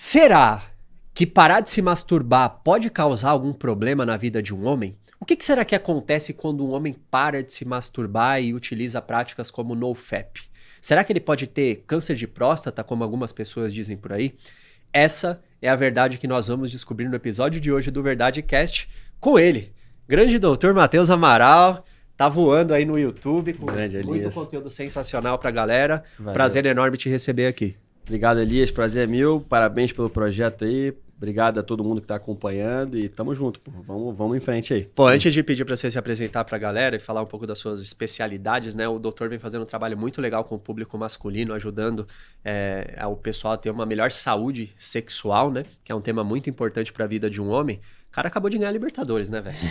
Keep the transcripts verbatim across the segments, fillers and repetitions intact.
Será que parar de se masturbar pode causar algum problema na vida de um homem? O que, que será que acontece quando um homem para de se masturbar e utiliza práticas como NoFap? Será que ele pode ter câncer de próstata, como algumas pessoas dizem por aí? Essa é a verdade que nós vamos descobrir no episódio de hoje do Verdade Cast com ele, grande doutor Matheus Amaral. Tá voando aí no YouTube com Grande, muito Elias. conteúdo sensacional pra galera. Valeu. Prazer enorme te receber aqui. Obrigado, Elias. Prazer é meu. Parabéns pelo projeto aí. Obrigado a todo mundo que tá acompanhando e tamo junto, pô. Vamos, vamos em frente aí. Pô, antes de pedir pra você se apresentar pra galera e falar um pouco das suas especialidades, né? O doutor vem fazendo um trabalho muito legal com o público masculino, ajudando é, o pessoal a ter uma melhor saúde sexual, né? Que é um tema muito importante pra vida de um homem. O cara acabou de ganhar a Libertadores, né, velho?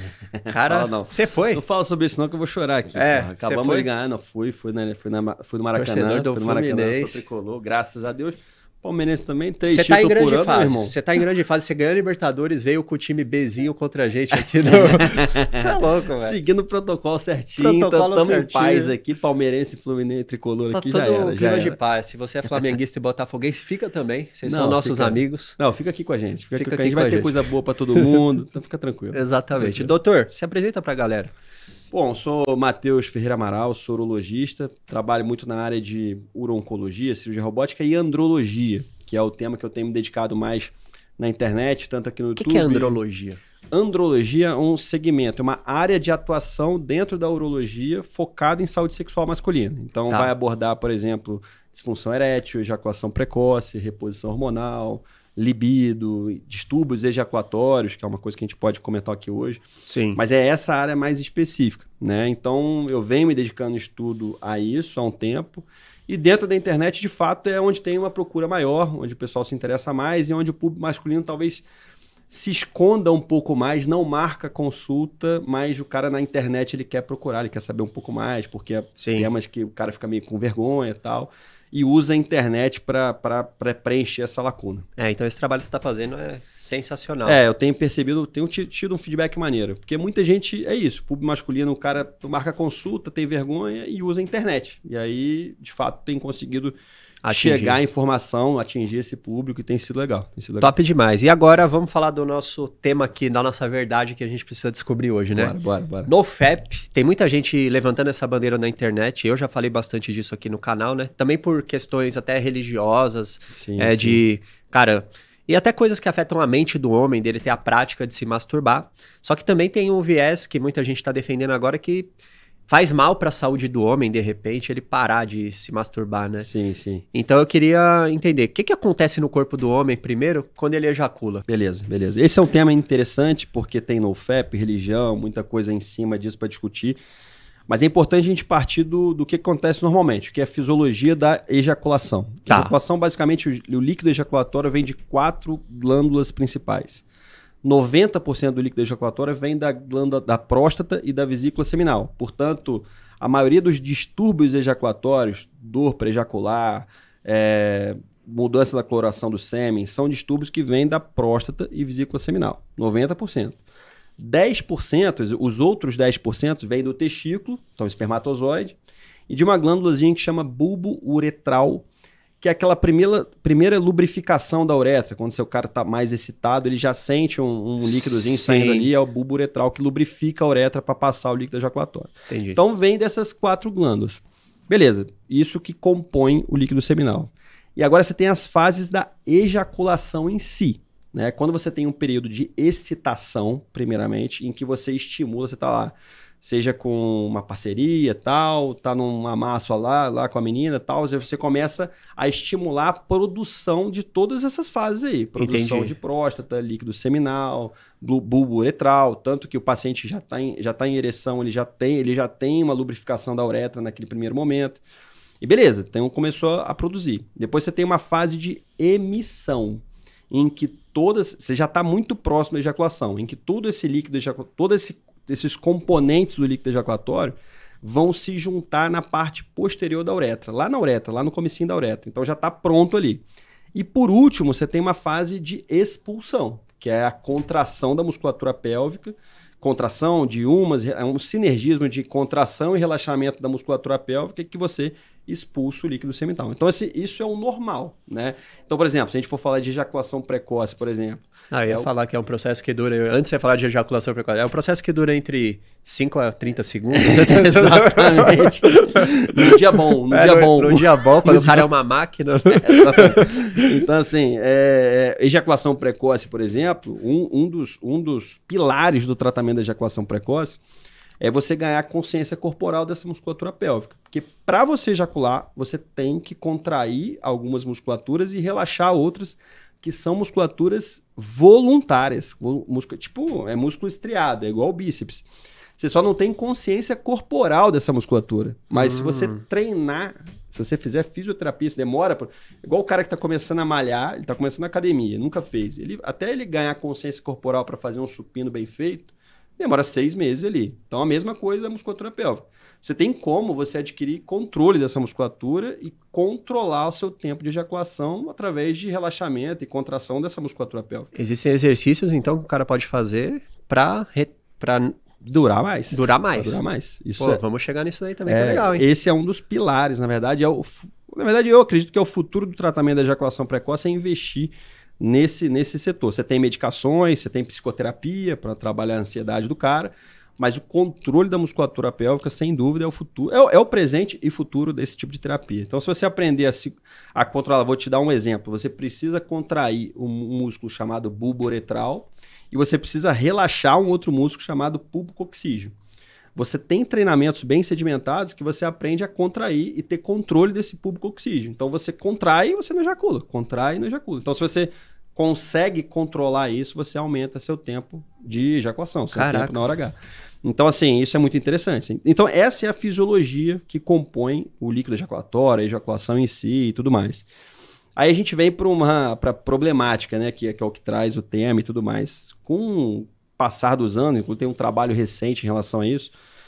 Cara, você foi? Não fala sobre isso não que eu vou chorar aqui. É, porra. Acabamos de ganhar, não fui, fui, na, fui, na, fui no Maracanã, Torcedor do fui no Maracanã, Fluminense. sou tricolor, graças a Deus. Palmeirense também, três Você tá em títulos por grande ano, meu fase. irmão. Você tá em grande fase. Você ganhou a Libertadores, veio com o time Bzinho contra a gente aqui no... Você é louco, velho. Seguindo o protocolo certinho, Protocolo estamos em certinho. paz aqui, Palmeirense, Fluminense, tricolor Tá aqui, todo já era, já clima de era. paz. Se você é flamenguista e botafoguense, fica também. Vocês Não, são nossos fica- amigos. Não, fica aqui com a gente. Fica, Fica aqui, aqui com a gente com a vai ter gente. coisa boa pra todo mundo, então fica tranquilo. Exatamente. Tranquilo. Doutor, se apresenta pra galera. Bom, sou Matheus Ferreira Amaral, sou urologista, trabalho muito na área de urologia, cirurgia robótica e andrologia, que é o tema que eu tenho me dedicado mais na internet, tanto aqui no O que, YouTube. que é andrologia? Andrologia é um segmento, é uma área de atuação dentro da urologia focada em saúde sexual masculina. Então Tá. vai abordar, por exemplo, disfunção erétil, ejaculação precoce, reposição hormonal, libido, distúrbios ejaculatórios, que é uma coisa que a gente pode comentar aqui hoje. Sim. Mas é essa área mais específica, né? Então, eu venho me dedicando no estudo a isso há um tempo. E dentro da internet, de fato, é onde tem uma procura maior, onde o pessoal se interessa mais e onde o público masculino talvez se esconda um pouco mais, não marca consulta, mas o cara na internet ele quer procurar, ele quer saber um pouco mais, porque é Sim. temas que o cara fica meio com vergonha e tal, e usa a internet para preencher essa lacuna. É, então esse trabalho que você tá fazendo é sensacional. É, eu tenho percebido, tenho ti- tido um feedback maneiro. Porque muita gente, é isso, público masculino, o cara marca consulta, tem vergonha e usa a internet. E aí, de fato, tem conseguido Atingir. chegar a informação, atingir esse público e tem sido legal. Tem sido legal. Top demais. E agora vamos falar do nosso tema aqui, da nossa verdade que a gente precisa descobrir hoje, né? Bora, bora, bora. NoFap, tem muita gente levantando essa bandeira na internet, eu já falei bastante disso aqui no canal, né? Também por questões até religiosas, Sim, é, sim. de, cara, e até coisas que afetam a mente do homem, dele ter a prática de se masturbar. Só que também tem um viés que muita gente tá defendendo agora que faz mal pra saúde do homem, de repente, ele parar de se masturbar, né? Sim, sim. Então eu queria entender, o que que acontece no corpo do homem, primeiro, quando ele ejacula? Beleza, beleza. Esse é um tema interessante porque tem NoFap, religião, muita coisa em cima disso para discutir. Mas é importante a gente partir do, do que acontece normalmente, que é a fisiologia da ejaculação. Tá. A ejaculação, basicamente, o, o líquido ejaculatório vem de quatro glândulas principais. noventa por cento do líquido ejaculatório vem da glândula da próstata e da vesícula seminal. Portanto, a maioria dos distúrbios ejaculatórios, dor pré-ejacular, é, mudança da coloração do sêmen, são distúrbios que vêm da próstata e vesícula seminal. noventa por cento. dez por cento, os outros dez por cento vêm do testículo, então espermatozoide, e de uma glândulazinha que chama bulbo uretral, que é aquela primeira, primeira lubrificação da uretra. Quando seu cara está mais excitado, ele já sente um, um líquidozinho Sim. saindo ali, é o bulbo uretral que lubrifica a uretra para passar o líquido ejaculatório. Entendi. Então vem dessas quatro glândulas. Beleza, isso que compõe o líquido seminal. E agora você tem as fases da ejaculação em si. Né? Quando você tem um período de excitação, primeiramente, em que você estimula, você está lá, seja com uma parceria, tal, tá num amasso lá, lá com a menina, tal, você começa a estimular a produção de todas essas fases aí. Produção Entendi. de próstata, líquido seminal, blu- bulbo uretral, tanto que o paciente já está em, já tá em ereção, ele já, tem, ele já tem uma lubrificação da uretra naquele primeiro momento. E beleza, então começou a produzir. Depois você tem uma fase de emissão, em que todas, você já está muito próximo da ejaculação, em que todo esse líquido, ejacu- todo esse esses componentes do líquido ejaculatório vão se juntar na parte posterior da uretra, lá na uretra, lá no comecinho da uretra. Então já está pronto ali. E por último, você tem uma fase de expulsão, que é a contração da musculatura pélvica, contração de umas, é um sinergismo de contração e relaxamento da musculatura pélvica que você expulsa o líquido seminal. Então, esse, isso é o normal, né? Então, por exemplo, se a gente for falar de ejaculação precoce, por exemplo... Ah, eu ia é o... falar que é um processo que dura... Antes de você falar de ejaculação precoce, é um processo que dura entre cinco a trinta segundos. Exatamente. No dia bom, no é, dia no, bom. No dia bom, quando o cara é uma máquina. É, exatamente. Então, assim, é, é, ejaculação precoce, por exemplo, um, um, dos, um dos pilares do tratamento da ejaculação precoce é você ganhar consciência corporal dessa musculatura pélvica. Porque para você ejacular, você tem que contrair algumas musculaturas e relaxar outras que são musculaturas voluntárias. Músculo, tipo, é músculo estriado, é igual o bíceps. Você só não tem consciência corporal dessa musculatura. Mas hum. se você treinar, se você fizer fisioterapia, isso demora... Pra... Igual o cara que está começando a malhar, ele está começando na academia, nunca fez. Ele, até ele ganhar consciência corporal para fazer um supino bem feito, demora seis meses ali. Então, a mesma coisa é a musculatura pélvica. Você tem como você adquirir controle dessa musculatura e controlar o seu tempo de ejaculação através de relaxamento e contração dessa musculatura pélvica. Existem exercícios, então, que o cara pode fazer para re... durar mais. Durar mais. Pra durar mais. Isso Pô, é... vamos chegar nisso aí também, é, que é legal, hein? Esse é um dos pilares, na verdade. É o... Na verdade, eu acredito que é o futuro do tratamento da ejaculação precoce, é investir nesse, nesse setor. Você tem medicações, você tem psicoterapia para trabalhar a ansiedade do cara, mas o controle da musculatura pélvica, sem dúvida, é o futuro, é o, é o presente e futuro desse tipo de terapia. Então, se você aprender a, se, a controlar, vou te dar um exemplo, você precisa contrair um músculo chamado bulbo uretral e você precisa relaxar um outro músculo chamado pulpo coxígeo. Você tem treinamentos bem sedimentados que você aprende a contrair e ter controle desse pulpo coxígeo. Então, você contrai e você não ejacula, contrai e não ejacula. Então, se você consegue controlar isso, você aumenta seu tempo de ejaculação, seu Caraca. tempo na hora H. Então, assim, isso é muito interessante. Então, essa é a fisiologia que compõe o líquido ejaculatório, a ejaculação em si e tudo mais. Aí a gente vem para uma pra problemática, né, que é, que é o que traz o tema e tudo mais. Com o passar dos anos, inclusive tem um trabalho recente em relação a isso,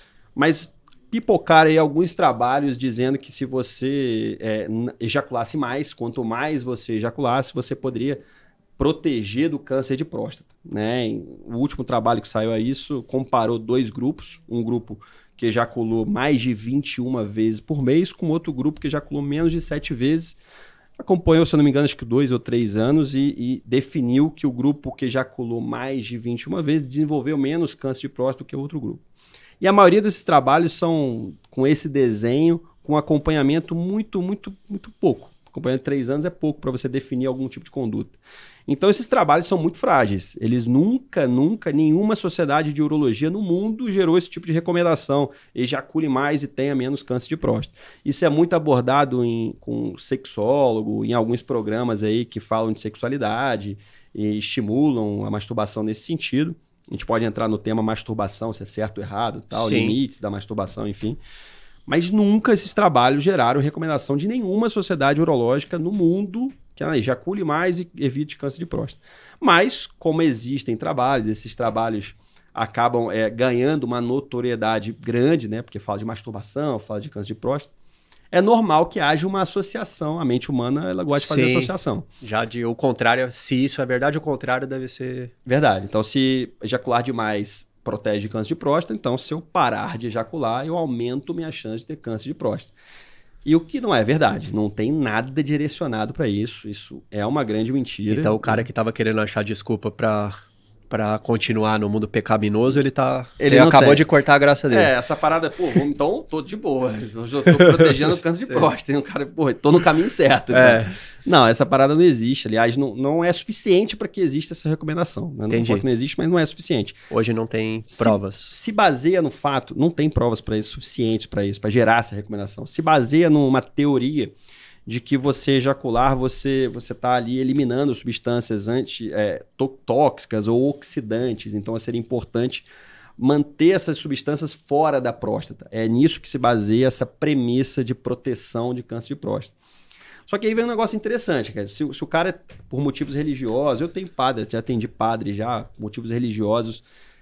mas pipocaram aí alguns trabalhos dizendo que se você é, ejaculasse mais, quanto mais você ejaculasse, você poderia proteger do câncer de próstata, né? O último trabalho que saiu a isso comparou dois grupos, um grupo que ejaculou mais de vinte e uma vezes por mês, com outro grupo que ejaculou menos de sete vezes, acompanhou, se eu não me engano, acho que dois ou três anos e, e definiu que o grupo que ejaculou mais de vinte e uma vezes desenvolveu menos câncer de próstata do que o outro grupo. E a maioria desses trabalhos são com esse desenho, com acompanhamento muito, muito, muito pouco. Acompanhamento de três anos é pouco para você definir algum tipo de conduta. Então, esses trabalhos são muito frágeis. Eles nunca, nunca, nenhuma sociedade de urologia no mundo gerou esse tipo de recomendação. Ejacule mais e tenha menos câncer de próstata. Isso é muito abordado em, com sexólogo, em alguns programas aí que falam de sexualidade e estimulam a masturbação nesse sentido. A gente pode entrar no tema masturbação, se é certo ou errado, tal, limites da masturbação, enfim. Mas nunca esses trabalhos geraram recomendação de nenhuma sociedade urológica no mundo que ah, ejacule mais e evite câncer de próstata. Mas, como existem trabalhos, esses trabalhos acabam é, ganhando uma notoriedade grande, né? Porque fala de masturbação, fala de câncer de próstata. É normal que haja uma associação. A mente humana, ela gosta de fazer Sim. associação. Já de o contrário, se isso é verdade, o contrário deve ser... Verdade. Então, se ejacular demais protege de câncer de próstata, então se eu parar de ejacular, eu aumento minha chance de ter câncer de próstata. E o que não é verdade, não tem nada direcionado para isso, isso é uma grande mentira. Então o cara que tava querendo achar desculpa pra, pra continuar no mundo pecaminoso, ele tá... Ele Você acabou tem. de cortar a graça dele. É, essa parada, pô, vamos, então tô de boa, eu tô protegendo o câncer de próstata, e o cara, pô, tô no caminho certo. É. Né? Não, essa parada não existe, aliás, não, não é suficiente para que exista essa recomendação. Né? Não vou falar que não existe, mas não é suficiente. Hoje não tem provas. Se, se baseia no fato, não tem provas para isso suficientes para isso, para gerar essa recomendação. Se baseia numa teoria de que você ejacular, você você está ali eliminando substâncias anti, é, tóxicas ou oxidantes, então seria importante manter essas substâncias fora da próstata. É nisso que se baseia essa premissa de proteção de câncer de próstata. Só que aí vem um negócio interessante, cara. Se, se o cara, por motivos religiosos, eu tenho padre, já atendi padre já, motivos religiosos,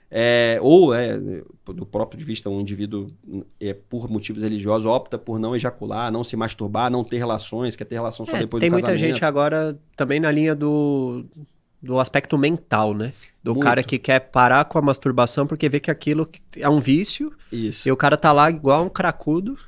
é, ou é, do próprio de vista, um indivíduo, é, por motivos religiosos, opta por não ejacular, não se masturbar, não ter relações, quer ter relação só É, depois tem do casamento. muita gente agora também na linha do, do aspecto mental, né? Do Muito. cara que quer parar com a masturbação porque vê que aquilo é um vício. Isso. E o cara tá lá igual um cracudo.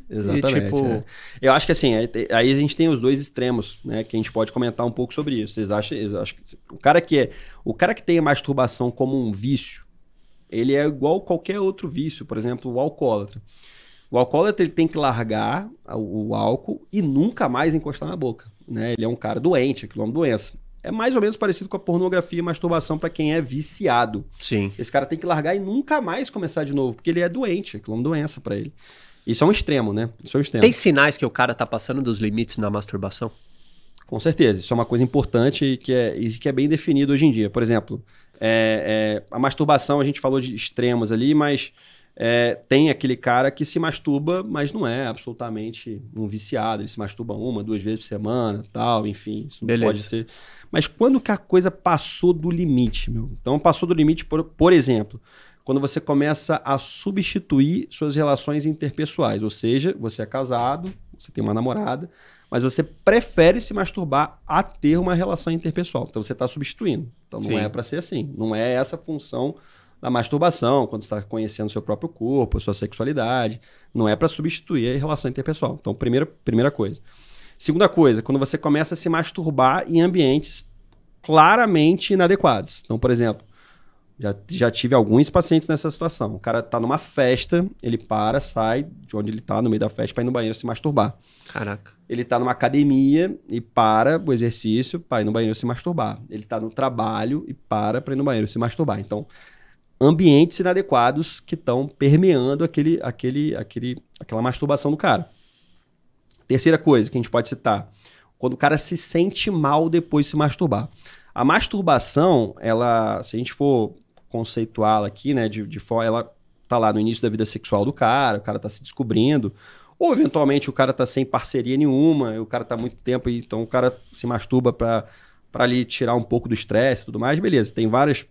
Exatamente. E, tipo... é. Eu acho que assim, aí a gente tem os dois extremos, né? Que a gente pode comentar um pouco sobre isso. Vocês acham, eu acho que o cara que é, o cara que tem a masturbação como um vício, ele é igual qualquer outro vício, por exemplo, o alcoólatra. O alcoólatra ele tem que largar o, o álcool e nunca mais encostar na boca, né? Ele é um cara doente, aquilo é uma doença. É mais ou menos parecido com a pornografia e masturbação para quem é viciado. Sim. Esse cara tem que largar e nunca mais começar de novo, porque ele é doente, aquilo é uma doença para ele. Isso é um extremo, né? Isso é um extremo. Tem sinais que o cara tá passando dos limites na masturbação? Com certeza. Isso é uma coisa importante e que é, e que é bem definido hoje em dia. Por exemplo, é, é, a masturbação, a gente falou de extremos ali, mas é, tem aquele cara que se masturba, mas não é absolutamente um viciado. Ele se masturba uma, duas vezes por semana, tal, enfim. Isso não Beleza. pode ser. Mas quando que a coisa passou do limite, meu? Então, passou do limite, por, por exemplo... Quando você começa a substituir suas relações interpessoais. Ou seja, você é casado, você tem uma namorada, mas você prefere se masturbar a ter uma relação interpessoal. Então você está substituindo. Então não Sim. é para ser assim. Não é essa função da masturbação, quando você está conhecendo seu próprio corpo, a sua sexualidade. Não é para substituir a relação interpessoal. Então, primeira, primeira coisa. Segunda coisa, quando você começa a se masturbar em ambientes claramente inadequados. Então, por exemplo, Já, já tive alguns pacientes nessa situação. O cara tá numa festa, ele para, sai de onde ele tá, no meio da festa, para ir no banheiro se masturbar. Caraca. Ele tá numa academia e para o exercício para ir no banheiro se masturbar. Ele tá no trabalho e para para ir no banheiro se masturbar. Então, ambientes inadequados que estão permeando aquele, aquele, aquele, aquela masturbação do cara. Terceira coisa que a gente pode citar. Quando o cara se sente mal depois de se masturbar. A masturbação, ela, se a gente for conceituá-la aqui, né, de, de forma, ela tá lá no início da vida sexual do cara, o cara tá se descobrindo, ou eventualmente o cara tá sem parceria nenhuma, o cara tá há muito tempo, e, então o cara se masturba para para ali tirar um pouco do estresse e tudo mais, beleza, tem vários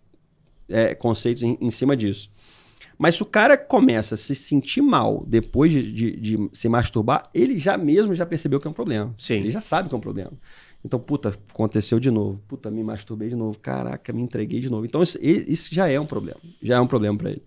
é, conceitos em, em cima disso. Mas se o cara começa a se sentir mal depois de, de, de se masturbar, ele já mesmo já percebeu que é um problema. Sim. Ele já sabe que é um problema. Então, puta, aconteceu de novo. Puta, me masturbei de novo. Caraca, me entreguei de novo. Então, isso, isso já é um problema. Já é um problema para ele.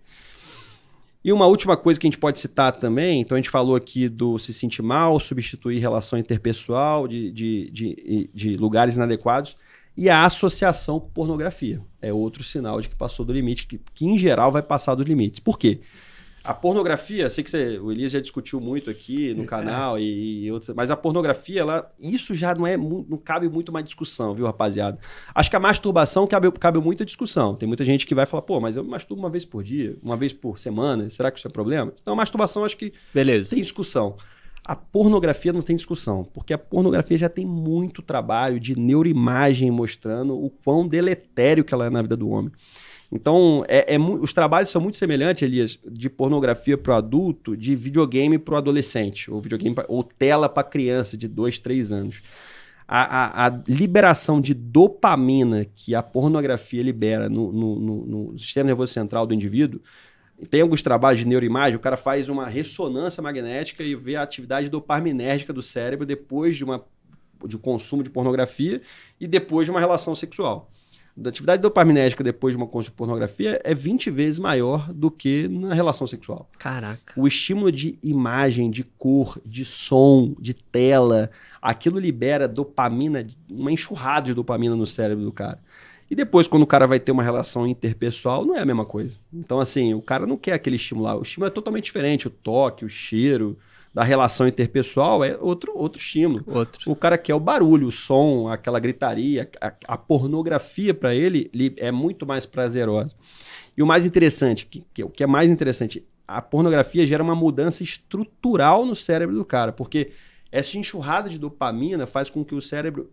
E uma última coisa que a gente pode citar também, então a gente falou aqui do se sentir mal, substituir relação interpessoal, de, de, de, de lugares inadequados, e a associação com pornografia. É outro sinal de que passou do limite, que, que em geral vai passar dos limites. Por quê? A pornografia, sei que você, o Elias já discutiu muito aqui no canal, é. e, e outros, mas a pornografia, ela, isso já não, é, não cabe muito mais discussão, viu, rapaziada? Acho que a masturbação cabe, cabe muita discussão. Tem muita gente que vai falar, pô, mas eu me masturbo uma vez por dia, uma vez por semana, será que isso é problema? Então a masturbação acho que Beleza. Tem discussão. A pornografia não tem discussão, porque a pornografia já tem muito trabalho de neuroimagem mostrando o quão deletério que ela é na vida do homem. Então, é, é, os trabalhos são muito semelhantes, Elias, de pornografia para o adulto, de videogame para o adolescente, ou, videogame pra, ou tela para criança de dois, três anos. A, a, a liberação de dopamina que a pornografia libera no, no, no, no sistema nervoso central do indivíduo, tem alguns trabalhos de neuroimagem, o cara faz uma ressonância magnética e vê a atividade dopaminérgica do cérebro depois de, uma, de consumo de pornografia e depois de uma relação sexual. A atividade dopaminérgica depois de uma consulta de pornografia é vinte vezes maior do que na relação sexual. Caraca. O estímulo de imagem, de cor, de som, de tela, aquilo libera dopamina, uma enxurrada de dopamina no cérebro do cara. E depois, quando o cara vai ter uma relação interpessoal, não é a mesma coisa. Então, assim, o cara não quer aquele estímulo lá. O estímulo é totalmente diferente. O toque, o cheiro da relação interpessoal é outro, outro estímulo. Outro. O cara quer o barulho, o som, aquela gritaria. A, a pornografia, para ele, ele, é muito mais prazerosa. E o mais interessante, que, que, o que é mais interessante, a pornografia gera uma mudança estrutural no cérebro do cara. Porque essa enxurrada de dopamina faz com que o cérebro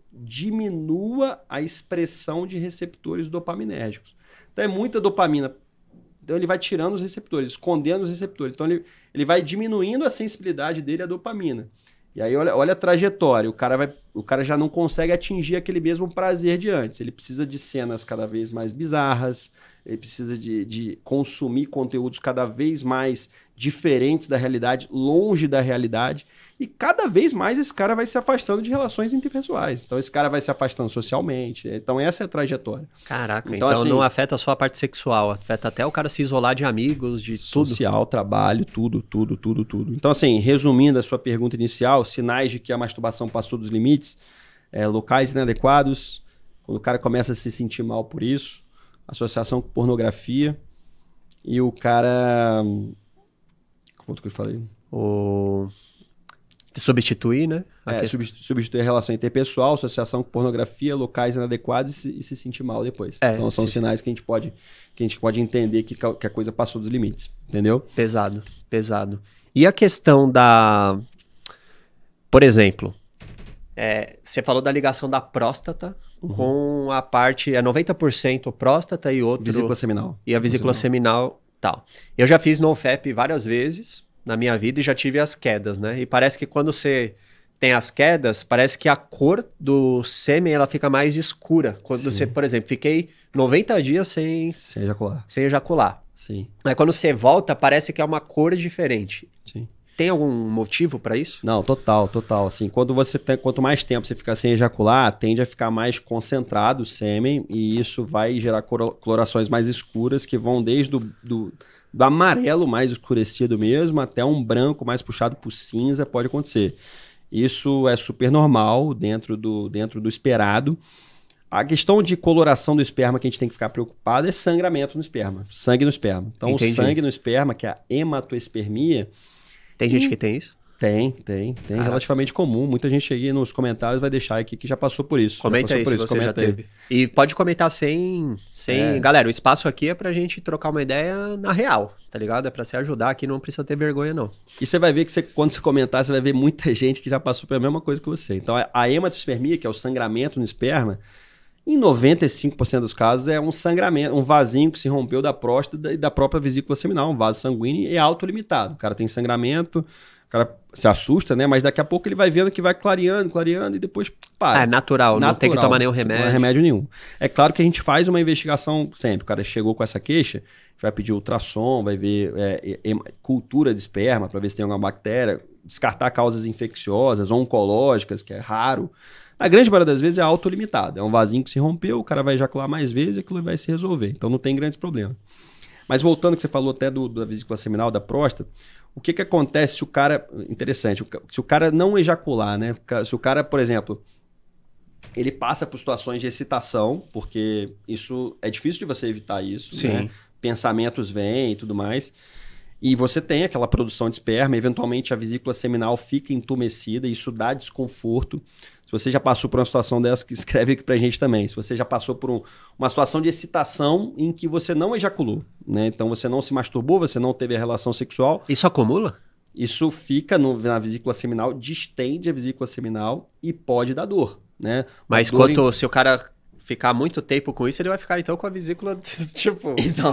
diminua a expressão de receptores dopaminérgicos. Então é muita dopamina. Então ele vai tirando os receptores, escondendo os receptores. Então ele, ele vai diminuindo a sensibilidade dele à dopamina. E aí olha, olha a trajetória. O cara, vai, o cara já não consegue atingir aquele mesmo prazer de antes. Ele precisa de cenas cada vez mais bizarras. Ele precisa de, de consumir conteúdos cada vez mais diferentes da realidade, longe da realidade, e cada vez mais esse cara vai se afastando de relações interpessoais. Então esse cara vai se afastando socialmente. Então essa é a trajetória. Caraca, então, então assim, não afeta só a parte sexual, afeta até o cara se isolar de amigos, de tudo. Social, trabalho, tudo, tudo, tudo, tudo. Então assim, resumindo a sua pergunta inicial, sinais de que a masturbação passou dos limites, é, locais inadequados, quando o cara começa a se sentir mal por isso, associação com pornografia, e o cara... Quanto que eu falei? O... Substituir, né? A é, questão... substituir a relação interpessoal, associação com pornografia, locais inadequados e se, e se sentir mal depois. É, então são sim, sinais sim. que a gente pode, que a gente pode entender que, que a coisa passou dos limites, entendeu? Pesado, pesado. E a questão da... Por exemplo, é, você falou da ligação da próstata uhum. com a parte... É noventa por cento próstata e outro... Vesícula seminal. E a vesícula seminal, tal. Eu já fiz NoFap várias vezes na minha vida e já tive as quedas, né? E parece que quando você tem as quedas, parece que a cor do sêmen ela fica mais escura. Quando Sim. você, por exemplo, fiquei noventa dias sem... Sem ejacular. Sem ejacular. Sim. Aí quando você volta, parece que é uma cor diferente. Sim. Tem algum motivo para isso? Não, total, total. Assim, quando você tem, quanto mais tempo você fica sem ejacular, tende a ficar mais concentrado o sêmen e isso vai gerar colorações mais escuras que vão desde do, do, do amarelo mais escurecido mesmo até um branco mais puxado para o cinza, pode acontecer. Isso é super normal dentro do, dentro do esperado. A questão de coloração do esperma que a gente tem que ficar preocupado é sangramento no esperma, sangue no esperma. Então Entendi. O sangue no esperma, que é a hematoespermia... Tem gente que tem isso? Tem, tem. Tem Caraca. Relativamente comum. Muita gente aí nos comentários vai deixar aqui que já passou por isso. Comenta aí se isso. você Comenta já teve. E pode comentar sem... sem... É. Galera, o espaço aqui é pra gente trocar uma ideia na real, tá ligado? É pra se ajudar aqui, não precisa ter vergonha, não. E você vai ver que você, quando você comentar, você vai ver muita gente que já passou pela mesma coisa que você. Então, a hematospermia, que é o sangramento no esperma, em noventa e cinco por cento dos casos é um sangramento, um vasinho que se rompeu da próstata e da própria vesícula seminal, um vaso sanguíneo, e é autolimitado. O cara tem sangramento, o cara se assusta, né? Mas daqui a pouco ele vai vendo que vai clareando, clareando e depois para. É natural, natural. Não tem que tomar nenhum remédio. Não é remédio nenhum. É claro que a gente faz uma investigação sempre. O cara chegou com essa queixa, a gente vai pedir ultrassom, vai ver é, é, cultura de esperma para ver se tem alguma bactéria, descartar causas infecciosas, oncológicas, que é raro. A grande maioria das vezes é autolimitado. É um vasinho que se rompeu, o cara vai ejacular mais vezes e aquilo vai se resolver. Então não tem grandes problemas. Mas voltando que você falou até do, da vesícula seminal, da próstata, o que que acontece se o cara... Interessante, se o cara não ejacular, né? Se o cara, por exemplo, ele passa por situações de excitação, porque isso é difícil de você evitar isso, Sim. né? Pensamentos vêm e tudo mais. E você tem aquela produção de esperma, eventualmente a vesícula seminal fica entumecida, isso dá desconforto. Se você já passou por uma situação dessa, escreve aqui pra gente também. Se você já passou por um, uma situação de excitação em que você não ejaculou, né? Então você não se masturbou, você não teve a relação sexual. Isso acumula? Isso fica no, na vesícula seminal, distende a vesícula seminal e pode dar dor, né? Mas dor quanto em... se o cara ficar muito tempo com isso, ele vai ficar então com a vesícula, tipo... Então...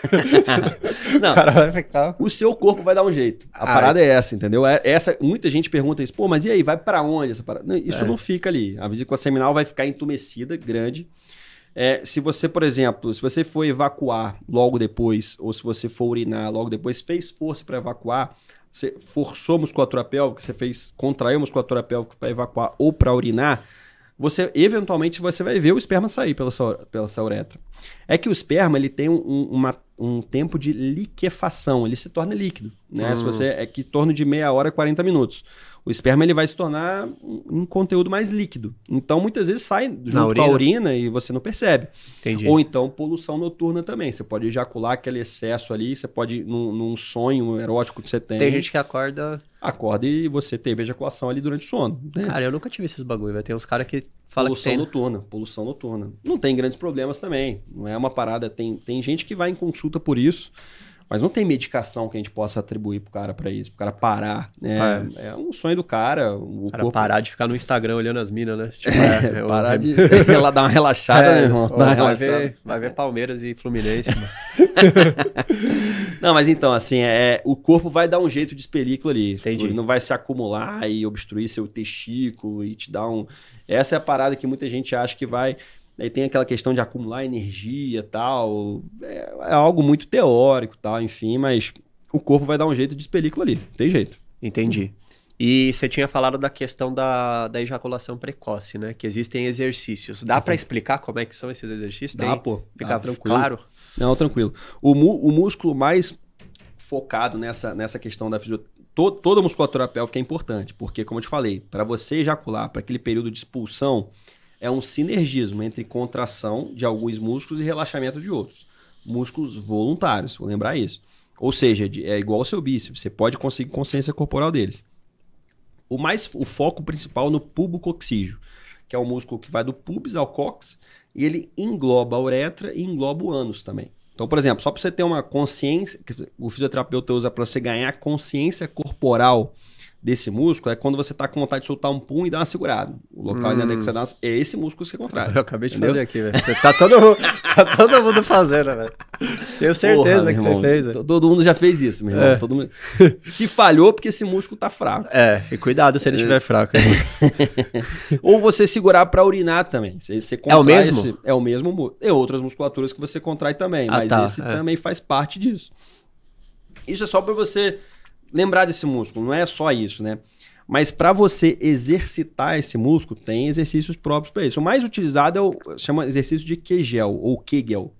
não, o cara vai ficar... O seu corpo vai dar um jeito. A ah, parada é essa, entendeu? É, essa, muita gente pergunta isso, pô, mas e aí, vai pra onde essa parada? Não, isso é. não fica ali. A vesícula seminal vai ficar entumecida, grande. É, se você, por exemplo, se você for evacuar logo depois, ou se você for urinar logo depois, fez força para evacuar, você forçou a musculatura pélvica, você fez, contraiu a musculatura pélvica para evacuar ou para urinar, você, eventualmente, você vai ver o esperma sair pela sua, pela sua uretra. É que o esperma, ele tem um, uma, um tempo de liquefação, ele se torna líquido, né? Hum. Se você, é que em torno de meia hora a quarenta minutos. O esperma, ele vai se tornar um, um conteúdo mais líquido. Então, muitas vezes sai junto com a urina e você não percebe. Entendi. Ou então, poluição noturna também. Você pode ejacular aquele excesso ali, você pode, num, num sonho erótico que você tem... Tem gente que acorda... Acorda e você teve ejaculação ali durante o sono. Né? Cara, eu nunca tive esses bagulho, vai ter uns caras que falam que tem... tem... noturna, poluição noturna. Não tem grandes problemas também. Não é uma parada... Tem, tem gente que vai em consulta por isso, mas não tem medicação que a gente possa atribuir pro cara pra isso, pro cara parar. Né? É. é um sonho do cara. O cara corpo... parar de ficar no Instagram olhando as minas, né? Tipo, é, é, parar de ela dar uma relaxada, é, né, irmão? Dar uma vai, relaxada. Ver, vai ver Palmeiras e Fluminense. Não, mas então, assim, é, o corpo vai dar um jeito de expelir aquilo ali. Entendi. Ele não vai se acumular e obstruir seu testículo e te dar um... Essa é a parada que muita gente acha que vai... Aí tem aquela questão de acumular energia e tal. É, é algo muito teórico, tal, enfim, mas o corpo vai dar um jeito de expelir aquilo ali. Não tem jeito. Entendi. E você tinha falado da questão da, da ejaculação precoce, né? Que existem exercícios. Dá pra explicar como é que são esses exercícios? Dá, Tem? pô. Fica Dá, tranquilo. claro? Não, tranquilo. O, mu- o músculo mais focado nessa, nessa questão da fisioterapia, to- toda a musculatura pélvica é importante, porque, como eu te falei, para você ejacular, para aquele período de expulsão, é um sinergismo entre contração de alguns músculos e relaxamento de outros. Músculos voluntários, vou lembrar isso. Ou seja, de- é igual ao seu bíceps, você pode conseguir consciência corporal deles. O, mais, o foco principal no pubococcígeo, que é o músculo que vai do pubis ao cóccix, e ele engloba a uretra e engloba o ânus também. Então, por exemplo, só para você ter uma consciência, que o fisioterapeuta usa para você ganhar consciência corporal desse músculo, é quando você está com vontade de soltar um pum e dar uma segurada. O local Hum. onde você dá uma, é esse músculo que você contrai. Eu acabei de Entendeu? fazer aqui, velho. Você tá todo, mundo- tá todo mundo fazendo, velho. Tenho certeza Porra, que meu você irmão, fez, velho. to- Todo mundo já fez isso, meu irmão. É. Todo mundo... Se falhou, porque esse músculo tá fraco. É, e cuidado se ele estiver fraco. Ou você segurar para urinar também. Você, você É o contrai mesmo? esse- é o mesmo músculo. Tem outras musculaturas que você contrai também, Ah, mas tá, esse é. também faz parte disso. Isso é só para você lembrar desse músculo, não é só isso, né? Mas para você exercitar esse músculo, tem exercícios próprios para isso. O mais utilizado é o chama exercício de Kegel ou Kegel.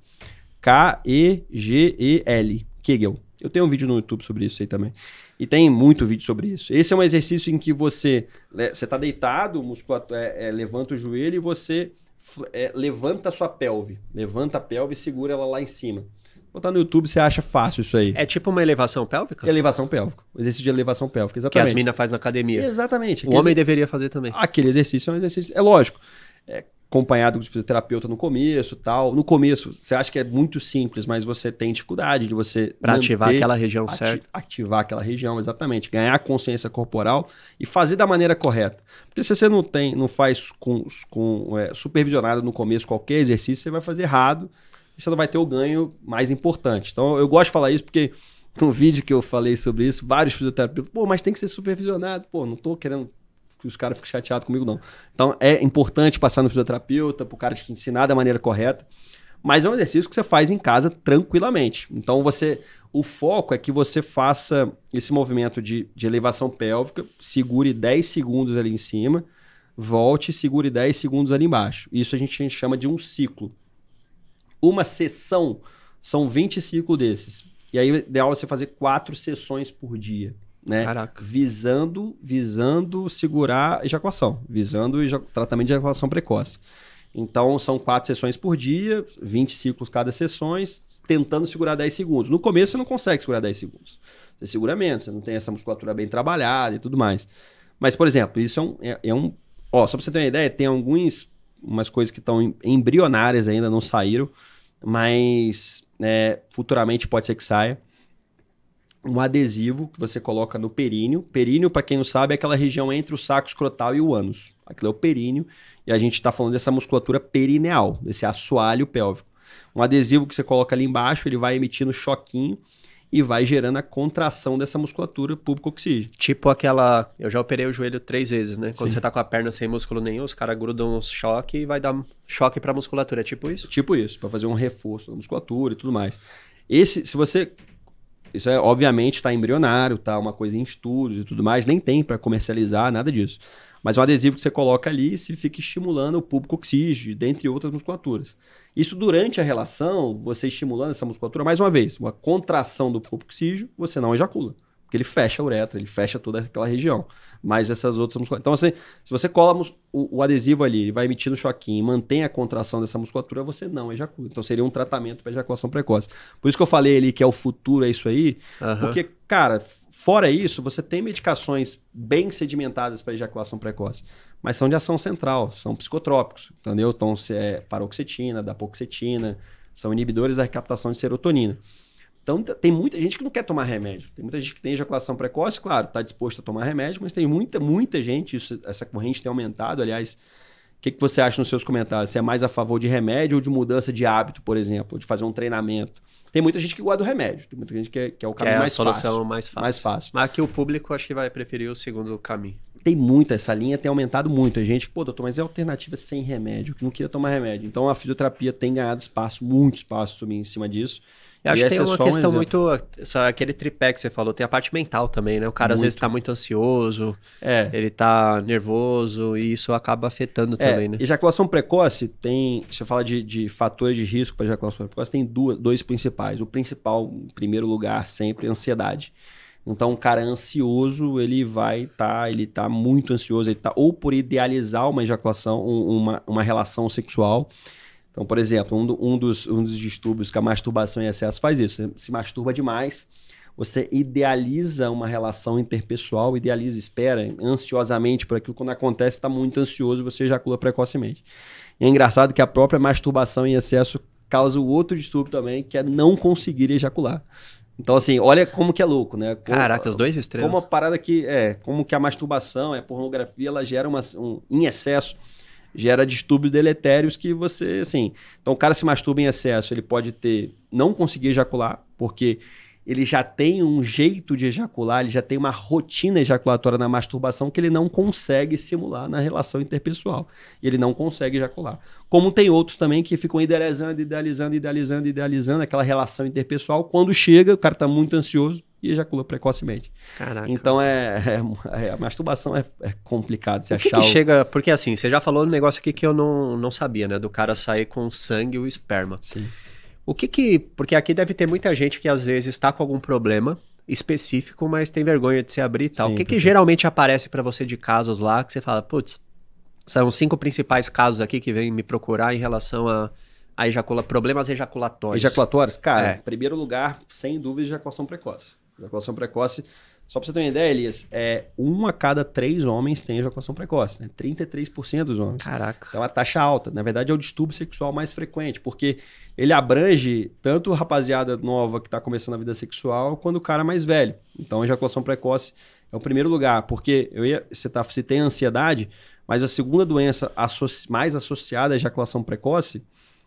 K E G E L. Kegel. Eu tenho um vídeo no YouTube sobre isso aí também. E tem muito vídeo sobre isso. Esse é um exercício em que você né, você está deitado, o musculatura é, é, levanta o joelho e você é, levanta a sua pelve. Levanta a pelve e segura ela lá em cima. Botar no YouTube, você acha fácil isso aí. É tipo uma elevação pélvica? Elevação pélvica. Exercício de elevação pélvica, Que exatamente. as minas fazem na academia. Exatamente. O Aquele homem deveria fazer também. Aquele exercício é um exercício, é lógico, é acompanhado de fisioterapeuta no começo tal. No começo, você acha que é muito simples, mas você tem dificuldade de você Pra ativar manter- aquela região ati- certa. Ativar aquela região, exatamente. Ganhar consciência corporal e fazer da maneira correta. Porque se você não tem, não faz com, com é, supervisionado no começo qualquer exercício, você vai fazer errado e você não vai ter o ganho mais importante. Então, eu gosto de falar isso porque no vídeo que eu falei sobre isso, vários fisioterapeutas, pô, mas tem que ser supervisionado. Pô, não tô querendo que os caras fiquem chateados comigo, não. Então, é importante passar no fisioterapeuta, pro cara te ensinar da maneira correta. Mas é um exercício que você faz em casa tranquilamente. Então, você, o foco é que você faça esse movimento de, de elevação pélvica, segure dez segundos ali em cima, volte e segure dez segundos ali embaixo. Isso a gente chama de um ciclo. Uma sessão são vinte ciclos desses. E aí, o ideal é você fazer quatro sessões por dia. Né? Caraca. Visando, visando segurar ejaculação, visando eja- tratamento de ejaculação precoce. Então, são quatro sessões por dia, vinte ciclos cada sessões, tentando segurar dez segundos. No começo, você não consegue segurar dez segundos. Você segura menos, você não tem essa musculatura bem trabalhada e tudo mais. Mas, por exemplo, isso é um... É, é um ó, só para você ter uma ideia, tem algumas umas coisas que estão em- embrionárias ainda, não saíram, mas é, futuramente pode ser que saia. Um adesivo que você coloca no períneo. Períneo, para quem não sabe, é aquela região entre o saco escrotal e o ânus. Aquilo é o períneo. E a gente está falando dessa musculatura perineal, desse assoalho pélvico. Um adesivo que você coloca ali embaixo, ele vai emitindo choquinho e vai gerando a contração dessa musculatura público-oxígeno. Tipo aquela... Eu já operei o joelho três vezes, né? Quando Sim. você tá com a perna sem músculo nenhum, os caras grudam uns choque e vai dar choque pra musculatura. É tipo isso? Tipo isso, para fazer um reforço da musculatura e tudo mais. Esse, se você... Isso é, obviamente, está embrionário, tá uma coisa em estudos e tudo mais, nem tem para comercializar, nada disso. Mas é um adesivo que você coloca ali e se fica estimulando o público oxígeno, dentre outras musculaturas. Isso durante a relação, você estimulando essa musculatura, mais uma vez, uma contração do público oxígeno, você não ejacula. Porque ele fecha a uretra, ele fecha toda aquela região. Mas essas outras musculaturas... Então, assim, se você cola mus- o, o adesivo ali, ele vai emitindo choquinho e mantém a contração dessa musculatura, você não ejacula. Então, seria um tratamento para ejaculação precoce. Por isso que eu falei ali que é o futuro, é isso aí. Aham. Porque, cara, fora isso, você tem medicações bem sedimentadas para ejaculação precoce, mas são de ação central, são psicotrópicos, entendeu? Então, se é paroxetina, dapoxetina, são inibidores da recaptação de serotonina. Então, t- tem muita gente que não quer tomar remédio. Tem muita gente que tem ejaculação precoce, claro, está disposto a tomar remédio, mas tem muita, muita gente, isso, essa corrente tem aumentado. Aliás, o que, que você acha nos seus comentários? Você é mais a favor de remédio ou de mudança de hábito, por exemplo, de fazer um treinamento? Tem muita gente que gosta do remédio, tem muita gente que é, que é o Que caminho é a mais solução fácil. mais fácil. Mais fácil. Mas aqui o público acho que vai preferir o segundo caminho. Tem muita, essa linha tem aumentado muito. A gente, pô, doutor, mas é alternativa sem remédio, que não queria tomar remédio. Então a fisioterapia tem ganhado espaço, muito espaço em cima disso. Eu acho E que tem esse é uma só um questão exemplo. muito. Só aquele tripé que você falou, tem a parte mental também, né? O cara às Muito. vezes tá muito ansioso, É, ele tá nervoso e isso acaba afetando É, também, né? ejaculação precoce tem, se eu falar de, de fatores de risco para ejaculação precoce, tem duas, dois principais. O principal, em primeiro lugar, sempre é ansiedade. Então, um cara ansioso, ele vai estar, tá, ele tá muito ansioso, ele tá ou por idealizar uma ejaculação, um, uma, uma relação sexual. Então, por exemplo, um, do, um, dos, um dos distúrbios que a masturbação em excesso faz isso. Você se masturba demais, você idealiza uma relação interpessoal, idealiza, espera ansiosamente por aquilo. Quando acontece, está muito ansioso, você ejacula precocemente. E é engraçado que a própria masturbação em excesso causa o outro distúrbio também, que é não conseguir ejacular. Então, assim, olha como que é louco, né? Como, Caraca, os dois extremos. Como a parada que, é, como que a masturbação, a pornografia, ela gera uma, um, em excesso, gera distúrbios deletérios que você, assim... Então, o cara se masturba em excesso, ele pode ter, não conseguir ejacular, porque ele já tem um jeito de ejacular, ele já tem uma rotina ejaculatória na masturbação que ele não consegue simular na relação interpessoal. E ele não consegue ejacular. Como tem outros também que ficam idealizando, idealizando, idealizando, idealizando aquela relação interpessoal. Quando chega, o cara está muito ansioso e ejacula precocemente. Caraca. Então, é, é, a masturbação é, é complicado se o que achar... que o... chega... Porque assim, você já falou um negócio aqui que eu não, não sabia, né? Do cara sair com sangue e o esperma. Sim. O que que... Porque aqui deve ter muita gente que às vezes está com algum problema específico, mas tem vergonha de se abrir e tal. Sim, o que que perfeito. geralmente aparece para você de casos lá que você fala, putz, são cinco principais casos aqui que vêm me procurar em relação a, a ejacula... problemas ejaculatórios. Ejaculatórios? Cara, É. em primeiro lugar, sem dúvida, ejaculação precoce. Ejaculação precoce, só pra você ter uma ideia, Elias, é um a cada três homens tem ejaculação precoce, né? trinta e três por cento dos homens. Caraca. Então é uma taxa alta. Na verdade, é o distúrbio sexual mais frequente, porque ele abrange tanto a rapaziada nova que tá começando a vida sexual, quanto o cara mais velho. Então, a ejaculação precoce é o primeiro lugar, porque eu ia, você tá, você tem ansiedade, mas a segunda doença associ, mais associada à ejaculação precoce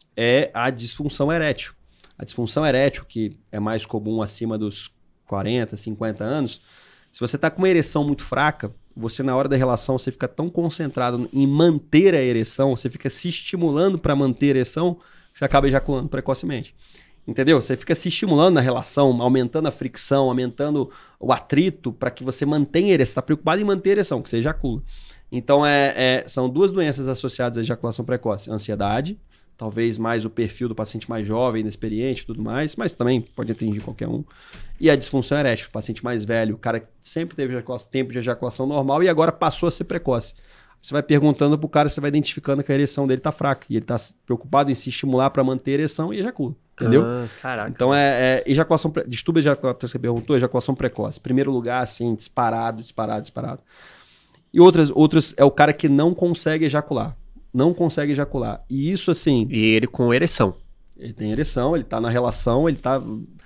é a disfunção erétil. A disfunção erétil, que é mais comum acima dos quarenta, cinquenta anos, se você está com uma ereção muito fraca, você na hora da relação você fica tão concentrado em manter a ereção, você fica se estimulando para manter a ereção, que você acaba ejaculando precocemente. Entendeu? Você fica se estimulando na relação, aumentando a fricção, aumentando o atrito para que você mantenha a ereção. Você está preocupado em manter a ereção, que você ejacula. Então, é, é, são duas doenças associadas à ejaculação precoce. Ansiedade, talvez mais o perfil do paciente mais jovem, inexperiente e tudo mais, mas também pode atingir qualquer um. E a disfunção erétil, o paciente mais velho, o cara que sempre teve tempo de ejaculação normal e agora passou a ser precoce. Você vai perguntando pro cara, você vai identificando que a ereção dele tá fraca. E ele tá preocupado em se estimular para manter a ereção e ejacula. Entendeu? Ah, caraca. Então, é, é ejaculação... Pre... Distúrbio ejaculatório, você perguntou, ejaculação precoce. Primeiro lugar, assim, disparado, disparado, disparado. E outras, outras é o cara que não consegue ejacular. Não consegue ejacular. E isso, assim... E ele com ereção. Ele tem ereção, ele tá na relação, ele tá...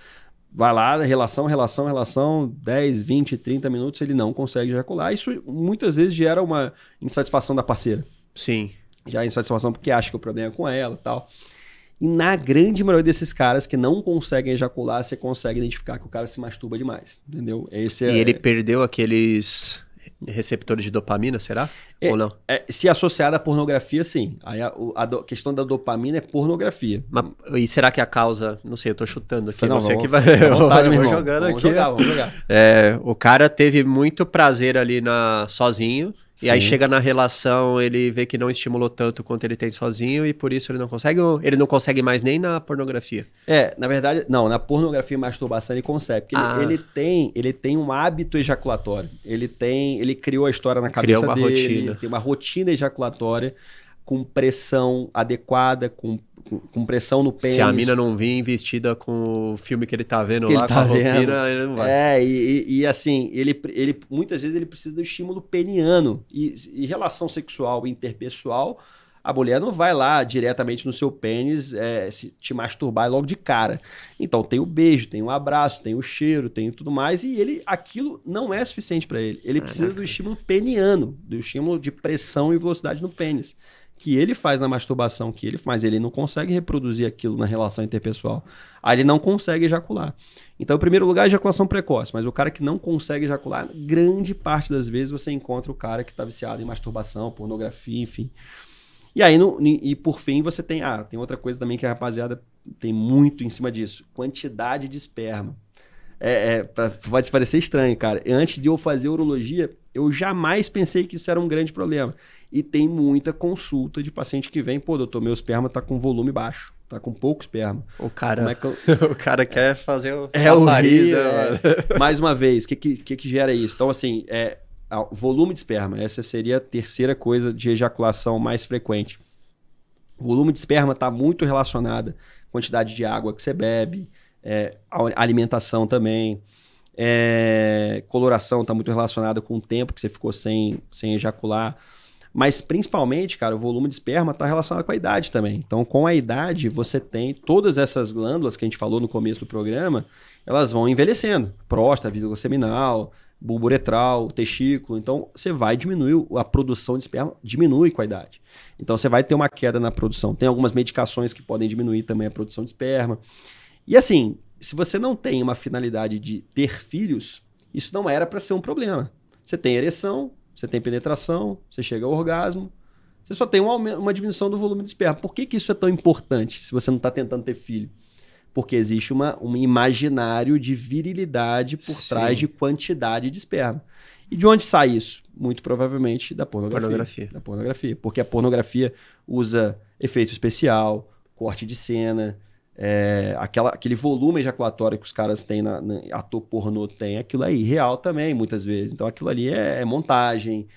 Vai lá, relação, relação, relação, dez, vinte, trinta minutos, ele não consegue ejacular. Isso muitas vezes gera uma insatisfação da parceira. Sim. Já insatisfação porque acha que o problema é com ela e tal. E na grande maioria desses caras que não conseguem ejacular, você consegue identificar que o cara se masturba demais, entendeu? Esse é, E ele perdeu aqueles receptores de dopamina, será? É, Ou não? É, se associada à pornografia, sim. Aí a, a do, questão da dopamina é pornografia. Mas, e será que a causa... Não sei, eu tô chutando aqui. Não, Não, sei vamos, que vai... à vontade, eu meu vou irmão. jogando vamos aqui. Jogar, vamos jogar. É, o cara teve muito prazer ali na, sozinho. Sim. E aí chega na relação, ele vê que não estimulou tanto quanto ele tem sozinho. E por isso ele não consegue... Ou ele não consegue mais nem na pornografia? É, na verdade... Não, na pornografia e masturbação ele consegue. Porque Ah. ele, ele, tem, ele tem um hábito ejaculatório. Ele tem... Ele criou a história na cabeça Criou uma dele. rotina. Ele tem uma rotina ejaculatória com pressão adequada, com, com, com pressão no pênis. Se a mina não vir vestida com o filme que ele tá vendo Que lá, ele tá com a roupina, vendo. ele não vai. É, e, e, e assim, ele, ele muitas vezes ele precisa do estímulo peniano. E, e relação sexual interpessoal, a mulher não vai lá diretamente no seu pênis é, se, te masturbar logo de cara. Então tem o beijo, tem o abraço, tem o cheiro, tem tudo mais. E ele, aquilo não é suficiente para ele. Ele precisa do estímulo peniano, do estímulo de pressão e velocidade no pênis. Que ele faz na masturbação, que ele, mas ele não consegue reproduzir aquilo na relação interpessoal. Aí ele não consegue ejacular. Então, em primeiro lugar, ejaculação precoce. Mas o cara que não consegue ejacular, grande parte das vezes você encontra o cara que está viciado em masturbação, pornografia, enfim. E aí, no, e por fim, você tem... Ah, tem outra coisa também que a rapaziada tem muito em cima disso. Quantidade de esperma. É, é, pode parecer estranho, cara. Antes de eu fazer urologia, eu jamais pensei que isso era um grande problema. E tem muita consulta de paciente que vem, pô, doutor, meu esperma tá com volume baixo, tá com pouco esperma. O cara, é que eu... o cara quer fazer o é horrível, né, é... Mais uma vez, o que, que, que gera isso? Então, assim, é, volume de esperma. Essa seria a terceira coisa de ejaculação mais frequente. O volume de esperma está muito relacionado à quantidade de água que você bebe, é, a alimentação também. É, coloração está muito relacionada com o tempo que você ficou sem, sem ejacular. Mas, principalmente, cara, o volume de esperma está relacionado com a idade também. Então, com a idade, você tem todas essas glândulas que a gente falou no começo do programa, elas vão envelhecendo. Próstata, vesícula seminal, bulbo uretral, testículo. Então, você vai diminuir, a produção de esperma diminui com a idade. Então, você vai ter uma queda na produção. Tem algumas medicações que podem diminuir também a produção de esperma. E assim, se você não tem uma finalidade de ter filhos, isso não era para ser um problema. Você tem ereção, você tem penetração, você chega ao orgasmo, você só tem uma, uma diminuição do volume de esperma. Por que, que isso é tão importante se você não está tentando ter filho? Porque existe uma, um imaginário de virilidade por Sim. trás de quantidade de esperma. E de onde sai isso? Muito provavelmente da pornografia. pornografia. Da pornografia. Porque a pornografia usa efeito especial, corte de cena, é, aquela, aquele volume ejaculatório que os caras têm, na, na, ator pornô tem, aquilo aí real também, muitas vezes. Então aquilo ali é, é montagem,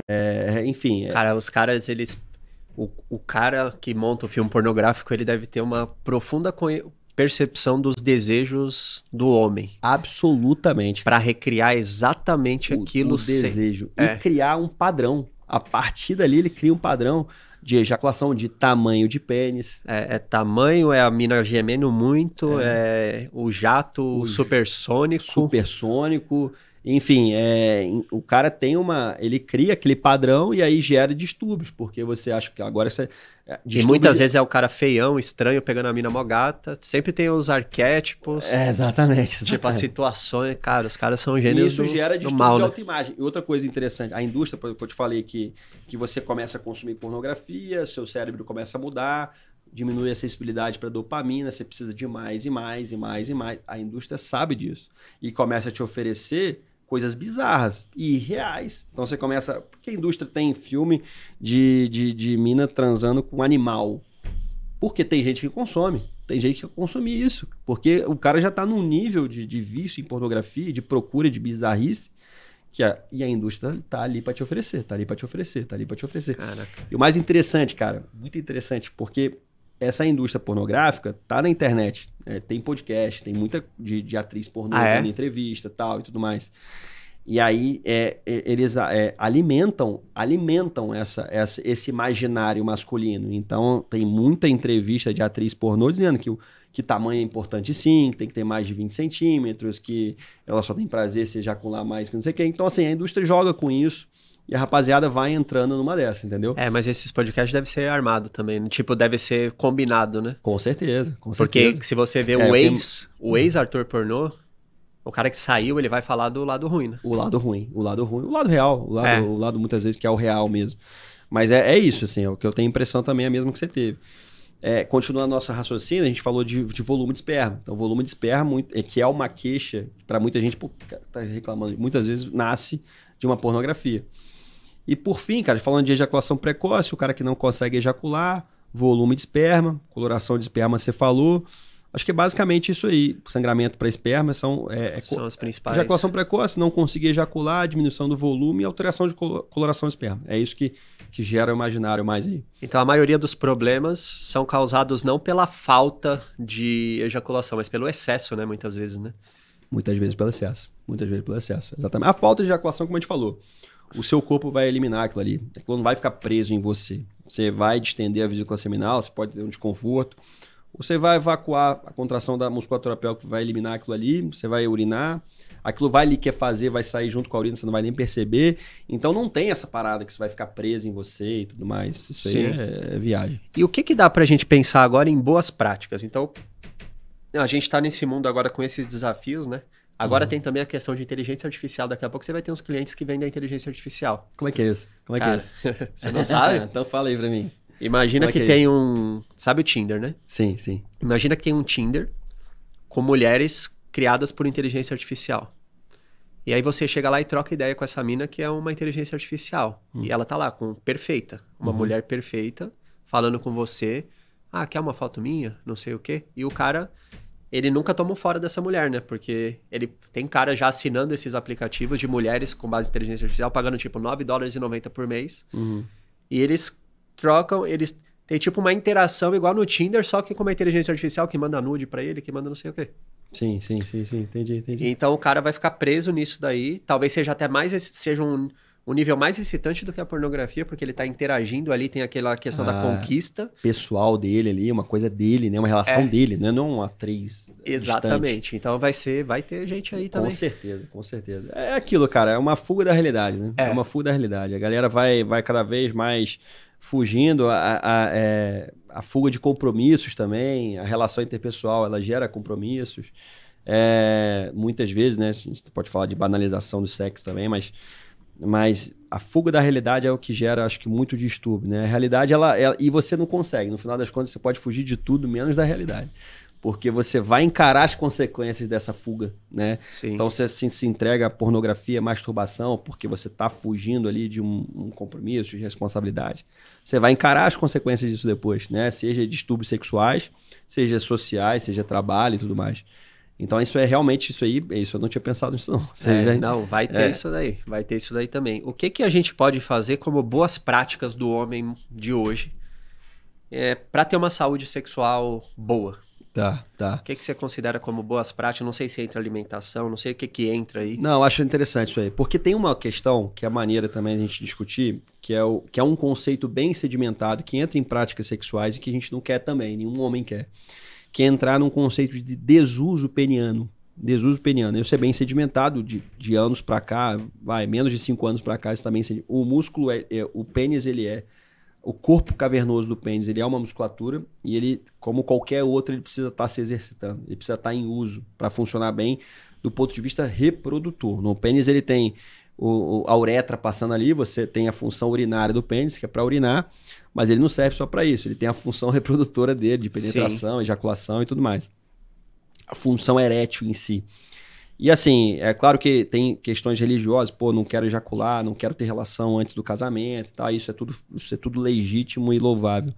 é, enfim. É... Cara, os caras, eles... O, o cara que monta o filme pornográfico, ele deve ter uma profunda conhe... percepção dos desejos do homem. Absolutamente. Para recriar exatamente o, aquilo. O desejo. Sem... E é. criar um padrão. A partir dali, ele cria um padrão de ejaculação, de tamanho de pênis. É, é tamanho, é a mina gemendo muito, é, é o jato o supersônico. Supersônico. Enfim, é, o cara tem uma... Ele cria aquele padrão e aí gera distúrbios, porque você acha que agora você... E muitas de... vezes é o cara feião, estranho, pegando a mina mó gata. Sempre tem os arquétipos. É, exatamente, exatamente. Tipo, as situações. Cara, os caras são gênios do, do, gera do distúrbio mal, de né? autoimagem. E outra coisa interessante, a indústria, que eu te falei, que, que você começa a consumir pornografia, seu cérebro começa a mudar, diminui a sensibilidade para dopamina, você precisa de mais e mais e mais e mais. A indústria sabe disso. E começa a te oferecer coisas bizarras e irreais. Então você começa... Porque a indústria tem filme de, de, de mina transando com animal. Porque tem gente que consome. Tem gente que consome isso. Porque o cara já tá num nível de, de vício em pornografia, de procura de bizarrice, que a, e a indústria tá ali para te oferecer, tá ali para te oferecer, tá ali para te oferecer. Caraca. E o mais interessante, cara, muito interessante, porque essa indústria pornográfica tá na internet. É, tem podcast, tem muita de, de atriz pornô ah, dando é? entrevista tal e tudo mais. E aí é, é, eles é, alimentam, alimentam essa, essa, esse imaginário masculino. Então tem muita entrevista de atriz pornô dizendo que, que tamanho é importante sim, que tem que ter mais de vinte centímetros, que ela só tem prazer se ejacular mais que não sei o quê. Então assim, a indústria joga com isso. E a rapaziada vai entrando numa dessa, entendeu? É, mas esses podcasts devem ser armado também, né? Tipo, deve ser combinado, né? Com certeza, com Porque certeza. se você vê é, o ex, tenho... o ex-ator pornô, o cara que saiu, ele vai falar do lado ruim, né? O lado ruim, o lado ruim, o lado real, o lado, é. o lado muitas vezes que é o real mesmo. Mas é, é isso, assim, é o que eu tenho impressão também é a mesma que você teve. É, continuando a nossa raciocínio, a gente falou de, de volume de esperma. Então, volume de esperma, muito, é, que é uma queixa, para muita gente, pô, tá reclamando, muitas vezes nasce de uma pornografia. E por fim, cara, falando de ejaculação precoce, o cara que não consegue ejacular, volume de esperma, coloração de esperma, você falou. Acho que é basicamente isso aí. Sangramento para esperma são... É, é, são as principais. Ejaculação precoce, não conseguir ejacular, diminuição do volume e alteração de coloração de esperma. É isso que, que gera o imaginário mais aí. Então a maioria dos problemas são causados não pela falta de ejaculação, mas pelo excesso, né? Muitas vezes, né? Muitas vezes pelo excesso. Muitas vezes pelo excesso, exatamente. A falta de ejaculação, como a gente falou. O seu corpo vai eliminar aquilo ali. Aquilo não vai ficar preso em você. Você vai distender a vesícula seminal, você pode ter um desconforto. Você vai evacuar a contração da musculatura pélvica, vai eliminar aquilo ali, você vai urinar. Aquilo vai ali quer fazer, vai sair junto com a urina, você não vai nem perceber. Então não tem essa parada que você vai ficar preso em você e tudo mais. Isso aí é, é viagem. E o que, que dá pra gente pensar agora em boas práticas? Então, a gente tá nesse mundo agora com esses desafios, né? Agora uhum. tem também a questão de inteligência artificial. Daqui a pouco você vai ter uns clientes que vendem a inteligência artificial. Como é que é isso? Como é Cara, que é isso? Você não sabe? Então fala aí pra mim. Imagina Como que, é que é tem isso? um... Sabe o Tinder, né? Sim, sim. Imagina que tem um Tinder com mulheres criadas por inteligência artificial. E aí você chega lá e troca ideia com essa mina que é uma inteligência artificial. Hum. E ela tá lá com perfeita, uma Uhum. mulher perfeita, falando com você. Ah, quer uma foto minha? Não sei o quê. E o cara, ele nunca tomou fora dessa mulher, né? Porque ele tem cara já assinando esses aplicativos de mulheres com base em inteligência artificial, pagando tipo nove dólares e noventa por mês. Uhum. E eles trocam, eles têm tipo uma interação igual no Tinder, só que com uma inteligência artificial que manda nude pra ele, que manda não sei o quê. Sim, sim, sim, sim. Entendi, entendi. Então o cara vai ficar preso nisso daí. Talvez seja até mais, ex- seja um, um nível mais excitante do que a pornografia, porque ele tá interagindo ali, tem aquela questão da Ah, conquista. pessoal dele ali, uma coisa dele, né? Uma relação É. dele, né? Não uma atriz Exatamente. distante. Então vai ser, vai ter gente aí Com também. certeza, com certeza. É aquilo, cara, é uma fuga da realidade, né? É, É. uma fuga da realidade. A galera vai, vai cada vez mais fugindo, a, a, é, a fuga de compromissos também, a relação interpessoal, ela gera compromissos. É, muitas vezes, né? A gente pode falar de banalização do sexo também, mas, mas a fuga da realidade é o que gera, acho que, muito distúrbio, né? A realidade, ela, ela, e você não consegue. No final das contas, você pode fugir de tudo, menos da realidade. Porque você vai encarar as consequências dessa fuga, né? Sim. Então você se, se entrega à pornografia, masturbação, porque você está fugindo ali de um, um compromisso, de responsabilidade. Você vai encarar as consequências disso depois, né? Seja distúrbios sexuais, seja sociais, seja trabalho e tudo mais. Então isso é realmente isso aí, isso eu não tinha pensado nisso não. Você É, já- não, vai ter é. isso daí, vai ter isso daí também. O que que a gente pode fazer como boas práticas do homem de hoje é, para ter uma saúde sexual boa? Tá, tá. O que que você considera como boas práticas? Não sei se entra alimentação, não sei o que que entra aí. Não, acho interessante isso aí. Porque tem uma questão que é maneira também a gente discutir, que é, o, que é um conceito bem sedimentado, que entra em práticas sexuais e que a gente não quer também, nenhum homem quer. Que é entrar num conceito de desuso peniano. Desuso peniano. Isso é bem sedimentado de, de anos pra cá, vai, menos de cinco anos pra cá, isso também sedi- o músculo, é, é- o pênis, ele é, o corpo cavernoso do pênis, ele é uma musculatura e ele, como qualquer outro, ele precisa estar se exercitando, ele precisa estar em uso para funcionar bem do ponto de vista reprodutor. No pênis ele tem o, o- a uretra passando ali, você tem a função urinária do pênis, que é para urinar, mas ele não serve só para isso, ele tem a função reprodutora dele, de penetração, ejaculação e tudo mais. A função erétil em si. E assim, é claro que tem questões religiosas, pô, não quero ejacular, não quero ter relação antes do casamento e tal, isso é tudo, isso é tudo legítimo e louvável.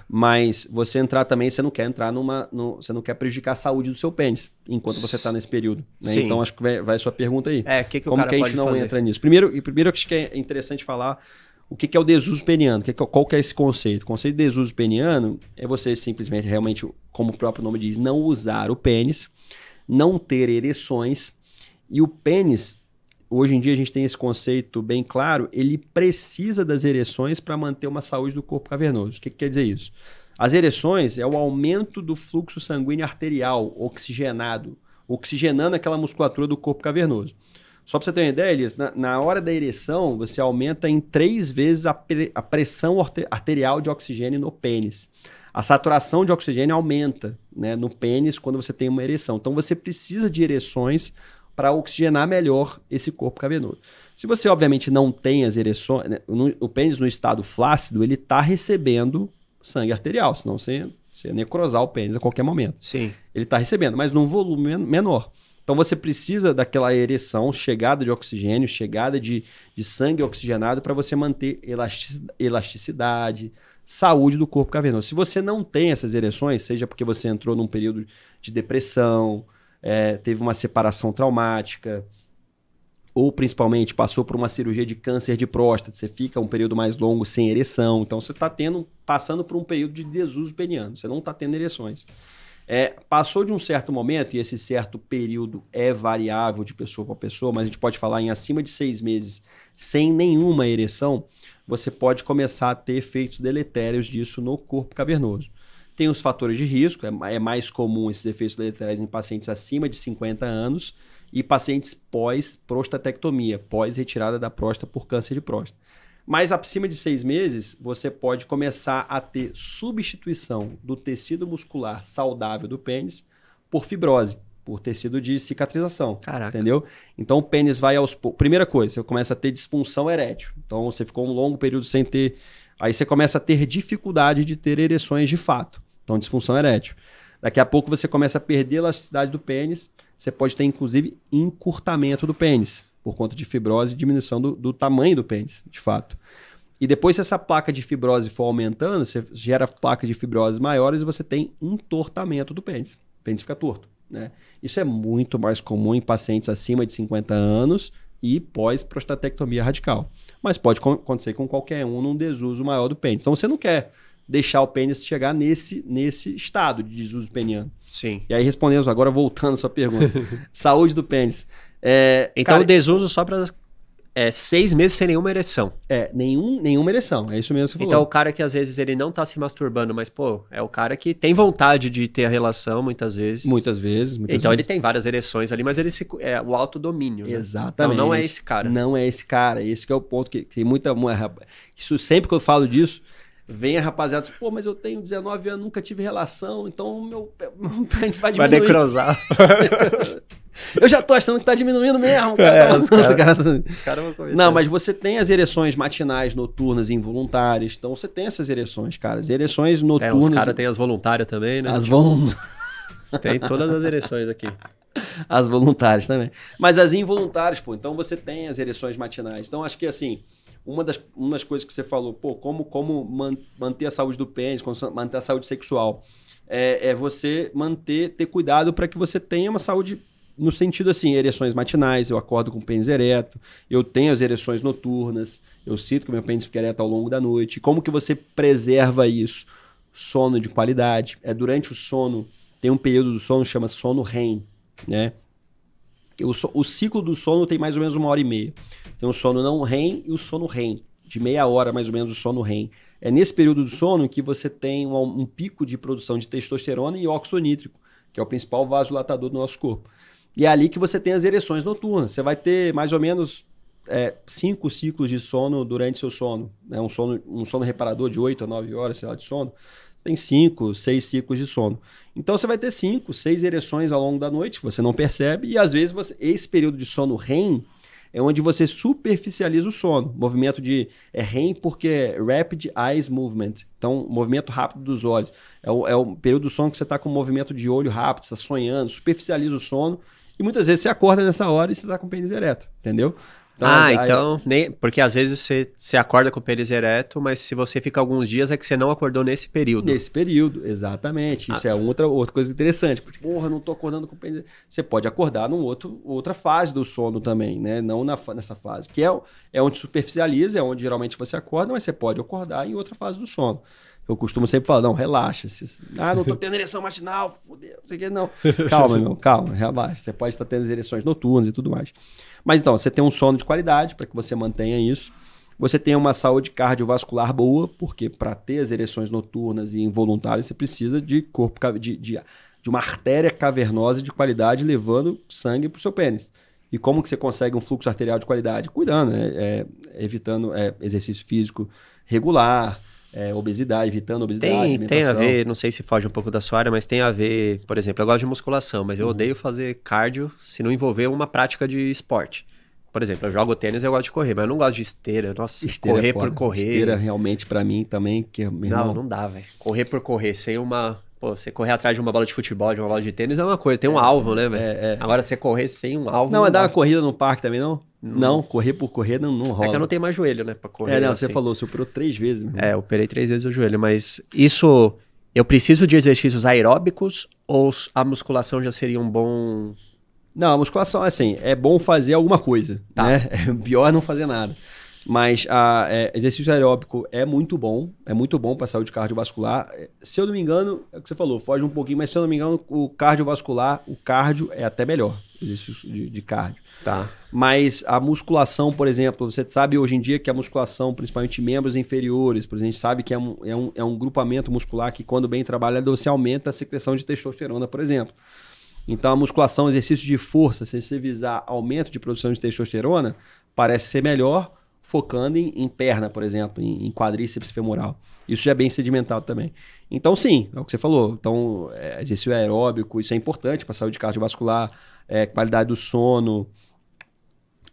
Mas você entrar também, você não quer entrar numa. No, você não quer prejudicar a saúde do seu pênis enquanto você está nesse período. Né? Sim. Então acho que vai, vai a sua pergunta aí. É, o que que o Como cara que a gente pode não fazer? entra nisso? Primeiro, e primeiro eu acho que é interessante falar o que que é o desuso peniano. O que que é- qual que é esse conceito? O conceito de desuso peniano é você simplesmente, realmente, como o próprio nome diz, não usar o pênis, não ter ereções. E o pênis, hoje em dia a gente tem esse conceito bem claro, ele precisa das ereções para manter uma saúde do corpo cavernoso. O que, que quer dizer isso? As ereções é o aumento do fluxo sanguíneo arterial oxigenado, oxigenando aquela musculatura do corpo cavernoso. Só para você ter uma ideia, Elias, na, na hora da ereção, você aumenta em três vezes a, pre- a pressão arte- arterial de oxigênio no pênis. A saturação de oxigênio aumenta, né, no pênis quando você tem uma ereção. Então você precisa de ereções para oxigenar melhor esse corpo cavernoso. Se você, obviamente, não tem as ereções, né, no- o pênis no estado flácido, ele está recebendo sangue arterial, senão você, você ia necrosar o pênis a qualquer momento. Sim. Ele está recebendo, mas num volume men- menor. Então você precisa daquela ereção, chegada de oxigênio, chegada de, de sangue oxigenado para você manter elastic- elasticidade, saúde do corpo cavernoso. Se você não tem essas ereções, seja porque você entrou num período de depressão, é, teve uma separação traumática, ou principalmente passou por uma cirurgia de câncer de próstata, você fica um período mais longo sem ereção, então você está tendo, passando por um período de desuso peniano, você não está tendo ereções. É, passou de um certo momento, e esse certo período é variável de pessoa para pessoa, mas a gente pode falar em acima de seis meses sem nenhuma ereção, você pode começar a ter efeitos deletérios disso no corpo cavernoso. Tem os fatores de risco, é, é mais comum esses efeitos deletérios em pacientes acima de cinquenta anos e pacientes pós-prostatectomia, pós-retirada da próstata por câncer de próstata. Mas acima de seis meses, você pode começar a ter substituição do tecido muscular saudável do pênis por fibrose, por tecido de cicatrização. Caraca. Entendeu? Então o pênis vai aos poucos. Primeira coisa, você começa a ter disfunção erétil. Então você ficou um longo período sem ter Aí você começa a ter dificuldade de ter ereções de fato. Então, disfunção erétil. Daqui a pouco você começa a perder a elasticidade do pênis. Você pode ter, inclusive, encurtamento do pênis, por conta de fibrose e diminuição do, do tamanho do pênis, de fato. E depois, se essa placa de fibrose for aumentando, você gera placa de fibrose maiores e você tem entortamento do pênis. O pênis fica torto, né? Isso é muito mais comum em pacientes acima de cinquenta anos e pós-prostatectomia radical. Mas pode acontecer com qualquer um num desuso maior do pênis. Então, você não quer deixar o pênis chegar nesse, nesse estado de desuso peniano. Sim. E aí, respondendo, agora voltando à sua pergunta. Saúde do pênis. É, então, cara, o desuso só para é, seis meses sem nenhuma ereção. É, nenhum, nenhuma ereção. É isso mesmo que você falou. Então, o cara que às vezes ele não tá se masturbando, mas, pô, é o cara que tem vontade de ter a relação, muitas vezes. Muitas vezes. Muitas então, vezes. ele tem várias ereções ali, mas ele se, é o autodomínio. Né? Exatamente. Então, não é esse cara. Não é esse cara. Esse que é o ponto que, que tem muita... Isso, sempre que eu falo disso, vem a rapaziada, pô, mas eu tenho dezenove anos, nunca tive relação, então meu, meu pênis vai diminuir. Vai necrosar. Eu já tô achando que tá diminuindo mesmo. Cara. É, os caras cara, cara vão comentar. Não, mas você tem as ereções matinais, noturnas, involuntárias. Então você tem essas ereções, cara. As ereções noturnas... É, os caras têm as voluntárias também, né? As vão... Tem todas as ereções aqui. As voluntárias também. Mas as involuntárias, pô, então você tem as ereções matinais. Então acho que assim... Uma das, uma das coisas que você falou, pô, como, como man, manter a saúde do pênis, como manter a saúde sexual, é, é você manter, ter cuidado para que você tenha uma saúde no sentido assim, ereções matinais, eu acordo com o pênis ereto, eu tenho as ereções noturnas, eu sinto que o meu pênis fica ereto ao longo da noite. Como que você preserva isso? Sono de qualidade. É durante o sono, tem um período do sono que chama sono R E M, né? O, o ciclo do sono tem mais ou menos uma hora e meia. Tem o sono não R E M e o sono R E M, de meia hora mais ou menos o sono R E M. É nesse período do sono que você tem um, um pico de produção de testosterona e óxido nítrico, que é o principal vasodilatador do nosso corpo. E é ali que você tem as ereções noturnas. Você vai ter mais ou menos é, cinco ciclos de sono durante seu sono. Né? Um sono. Um sono reparador de oito a nove horas, sei lá, de sono. Tem cinco, seis ciclos de sono. Então você vai ter cinco, seis ereções ao longo da noite, você não percebe, e às vezes você, esse período de sono R E M é onde você superficializa o sono. Movimento de é R E M porque é Rapid Eyes Movement, então movimento rápido dos olhos. É o, é o período do sono que você está com movimento de olho rápido, está sonhando, superficializa o sono, e muitas vezes você acorda nessa hora e você está com o pênis ereto, entendeu? Então, ah, as, então, aí... nem, porque às vezes você, você acorda com o pênis ereto, mas se você fica alguns dias é que você não acordou nesse período. Nesse período, exatamente. Isso ah. é outra, outra coisa interessante. Porque, porra, não tô acordando com o pênis. Você pode acordar numa outra fase do sono também, né? Não na, nessa fase, que é, é onde superficializa, é onde geralmente você acorda, mas você pode acordar em outra fase do sono. Eu costumo sempre falar, não, relaxa. Se, ah, não tô tendo ereção matinal, fodeu, não sei o que, não. Calma, meu, calma, relaxa. Você pode estar tendo as ereções noturnas e tudo mais. Mas então, você tem um sono de qualidade para que você mantenha isso. Você tem uma saúde cardiovascular boa, porque para ter as ereções noturnas e involuntárias, você precisa de corpo de, de, de uma artéria cavernosa de qualidade levando sangue para o seu pênis. E como que você consegue um fluxo arterial de qualidade? Cuidando, né? é, evitando é, exercício físico regular, É, obesidade, evitando obesidade, tem, tem a ver, não sei se foge um pouco da sua área, mas tem a ver, por exemplo, eu gosto de musculação, mas eu uhum. odeio fazer cardio se não envolver uma prática de esporte. Por exemplo, eu jogo tênis e eu gosto de correr, mas eu não gosto de esteira. Nossa, esteira correr é por correr. Esteira realmente pra mim também, que Não, irmão... não dá, velho. Correr por correr, sem uma... Pô, você correr atrás de uma bola de futebol, de uma bola de tênis é uma coisa, tem um é, alvo, né, velho? É, é. Agora você correr sem um alvo... Não, não é dar uma corrida no parque também, não? Não, não correr por correr não, não rola. É que eu não tenho mais joelho, né, pra correr. É, não, assim. Você falou, você operou três vezes. Meu é, eu operei três vezes o joelho, mas isso... Eu preciso de exercícios aeróbicos ou a musculação já seria um bom... Não, a musculação, assim, é bom fazer alguma coisa, tá. né? É pior não fazer nada. Mas a, é, exercício aeróbico é muito bom, é muito bom para a saúde cardiovascular. Se eu não me engano, é o que você falou, foge um pouquinho, mas se eu não me engano, o cardiovascular, o cardio é até melhor, exercício de, de cardio. Tá. Mas a musculação, por exemplo, você sabe hoje em dia que a musculação, principalmente membros inferiores, por exemplo, a gente sabe que é um, é um, é um grupamento muscular que quando bem trabalhado você aumenta a secreção de testosterona, por exemplo. Então a musculação, exercício de força, se você visar aumento de produção de testosterona, parece ser melhor focando em, em perna, por exemplo, em, em quadríceps femoral. Isso já é bem sedimentado também. Então, sim, é o que você falou. Então, é, exercício aeróbico, isso é importante para a saúde cardiovascular, é, qualidade do sono,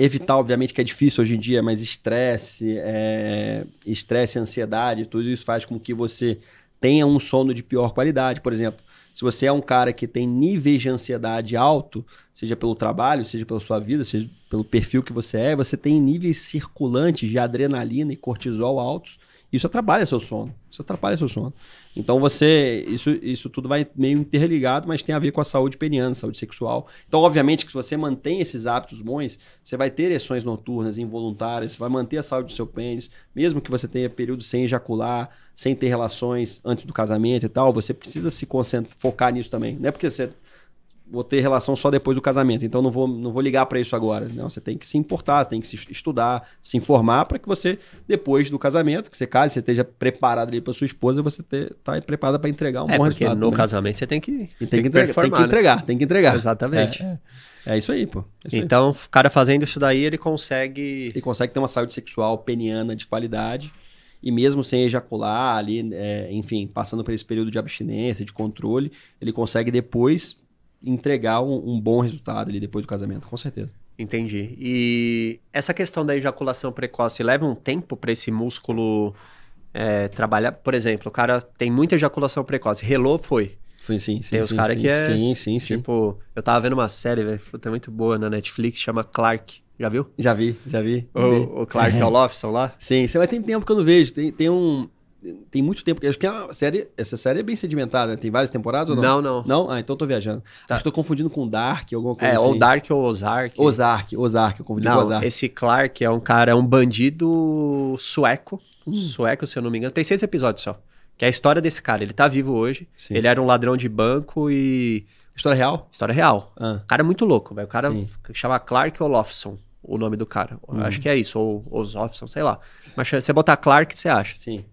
Evitar, obviamente, que é difícil hoje em dia, mas estresse, é, estresse, ansiedade, tudo isso faz com que você tenha um sono de pior qualidade. Por exemplo, se você é um cara que tem níveis de ansiedade alto, seja pelo trabalho, seja pela sua vida, seja pelo perfil que você é, você tem níveis circulantes de adrenalina e cortisol altos, isso atrapalha seu sono. Isso atrapalha seu sono. Então você, isso, isso tudo vai meio interligado, mas tem a ver com a saúde peniana, saúde sexual. Então, obviamente, que se você mantém esses hábitos bons, você vai ter ereções noturnas involuntárias, você vai manter a saúde do seu pênis, mesmo que você tenha período sem ejacular, sem ter relações antes do casamento e tal, você precisa se concentrar, focar nisso também. Não é porque você vou ter relação só depois do casamento, então não vou, não vou ligar para isso agora. Não, você tem que se importar, você tem que se estudar, se informar para que você, depois do casamento, que você case, você esteja preparado ali para sua esposa, você tá preparado para entregar um é, bom porque resultado. no também. casamento você tem que, E tem, tem que, que entregar, tem que entregar, né? tem que entregar. Exatamente. É, é, é isso aí, pô. É isso então, aí. o cara fazendo isso daí, ele consegue... Ele consegue ter uma saúde sexual peniana de qualidade, e mesmo sem ejacular ali, é, enfim, passando por esse período de abstinência, de controle, ele consegue depois entregar um, um bom resultado ali depois do casamento, com certeza. Entendi. E essa questão da ejaculação precoce leva um tempo para esse músculo é, trabalhar? Por exemplo, o cara tem muita ejaculação precoce, relou, foi. Sim, sim, sim. Tem os sim, caras sim, que é... Sim, sim, sim. Tipo, eu tava vendo uma série, velho, puta, é muito boa na Netflix, chama Clark. Já viu? Já vi, já vi. O, vi. o Clark Olofsson lá? Sim, mas tem tempo que eu não vejo. Tem, tem um... Tem muito tempo, acho que é uma série, essa série é bem sedimentada, né? Tem várias temporadas ou não? Não, não. Não? Ah, então eu tô viajando. Tá. Acho que tô confundindo com Dark, alguma coisa É, assim. ou Dark ou Ozark. Ozark, Ozark, eu confundi com Não, Ozark. esse Clark é um cara, é um bandido sueco, hum. sueco, se eu não me engano, tem seis episódios só, que é a história desse cara, ele tá vivo hoje, Sim. ele era um ladrão de banco e... História real? História real. Ah. O cara é muito louco, velho, o cara Sim. chama Clark Olofsson, o nome do cara, hum. acho que é isso, ou Olofsson, sei lá, mas se você botar Clark, você acha. Sim.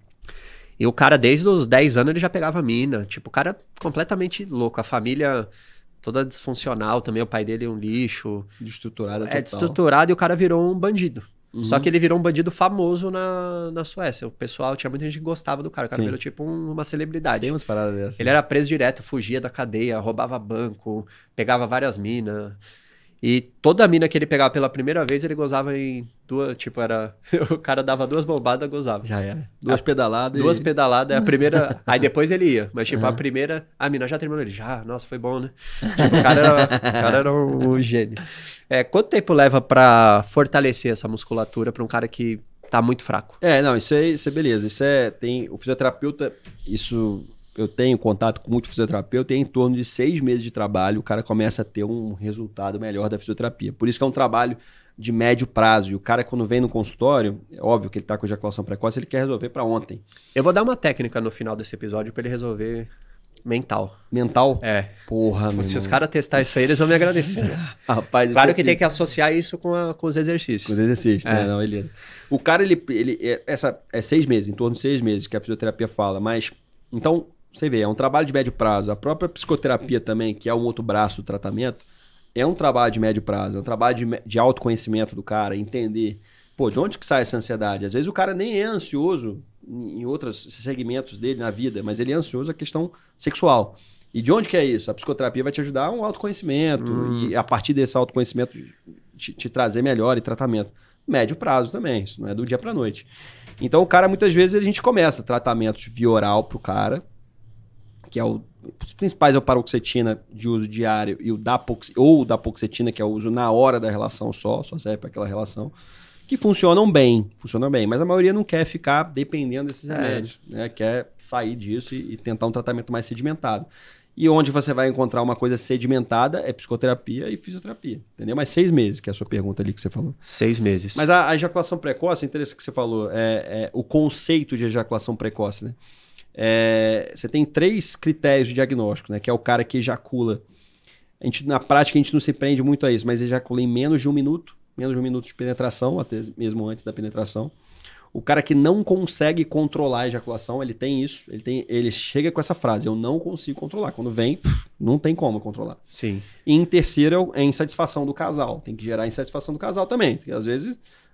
E o cara, desde os dez anos, ele já pegava mina. Tipo, o cara completamente louco. A família toda disfuncional também. O pai dele é um lixo. Destruturado. É, destruturado e o cara virou um bandido. Uhum. Só que ele virou um bandido famoso na, na Suécia. O pessoal, tinha muita gente que gostava do cara. O cara Sim. virou tipo um, uma celebridade. Tem umas paradas dessas. Ele era preso direto, fugia da cadeia, roubava banco, pegava várias minas. E toda mina que ele pegava pela primeira vez, ele gozava em duas, tipo, era... O cara dava duas bombadas, gozava. Já era. Duas a, pedaladas. Duas e... pedaladas, a primeira... Aí depois ele ia. Mas, tipo, uhum. a primeira... A mina já terminou ele. Já, nossa, foi bom, né? Tipo, o cara era, o cara era um, um gênio. É, quanto tempo leva pra fortalecer essa musculatura pra um cara que tá muito fraco? É, não, isso é, isso é beleza. Isso é... Tem... O fisioterapeuta, isso... Eu tenho contato com muito fisioterapeuta e em torno de seis meses de trabalho o cara começa a ter um resultado melhor da fisioterapia. Por isso que é um trabalho de médio prazo. E o cara, quando vem no consultório, é óbvio que ele está com ejaculação precoce, ele quer resolver para ontem. Eu vou dar uma técnica no final desse episódio para ele resolver mental. Mental? É. Porra, meu Se irmão. os caras testarem isso aí, eles vão me agradecer. Rapaz, claro é que tem que associar isso com, a, com os exercícios. Com os exercícios, é. né? Não, beleza. O cara, ele... ele é, essa, é seis meses, em torno de seis meses que a fisioterapia fala, mas... Então... Você vê, é um trabalho de médio prazo. A própria psicoterapia também, que é um outro braço do tratamento, é um trabalho de médio prazo. É um trabalho de, de autoconhecimento do cara, entender, pô, de onde que sai essa ansiedade? Às vezes o cara nem é ansioso em outros segmentos dele na vida, mas ele é ansioso na questão sexual. E de onde que é isso? A psicoterapia vai te ajudar a um autoconhecimento hum. e a partir desse autoconhecimento te, te trazer melhor e tratamento. Médio prazo também, isso não é do dia pra noite. Então o cara, muitas vezes, a gente começa tratamentos via oral pro cara, que é o, os principais é o paroxetina de uso diário e o dapox, ou o dapoxetina, que é o uso na hora da relação só, só serve para aquela relação, que funcionam bem, funcionam bem, mas a maioria não quer ficar dependendo desses remédios, é. né? Quer sair disso e, e tentar um tratamento mais sedimentado. E onde você vai encontrar uma coisa sedimentada é psicoterapia e fisioterapia, entendeu? Mas seis meses, que é a sua pergunta ali que você falou. Seis meses. Mas a, a ejaculação precoce, interessante que você falou, é, é o conceito de ejaculação precoce, né? É, você tem três critérios de diagnóstico, né? Que é o cara que ejacula. A gente, na prática, a gente não se prende muito a isso, mas ejacula em menos de um minuto, menos de um minuto de penetração, até mesmo antes da penetração. O cara que não consegue controlar a ejaculação, ele tem isso, ele, tem, ele chega com essa frase, eu não consigo controlar. Quando vem, pff, não tem como controlar. Sim. E em terceiro é a insatisfação do casal, tem que gerar a insatisfação do casal também, porque às vezes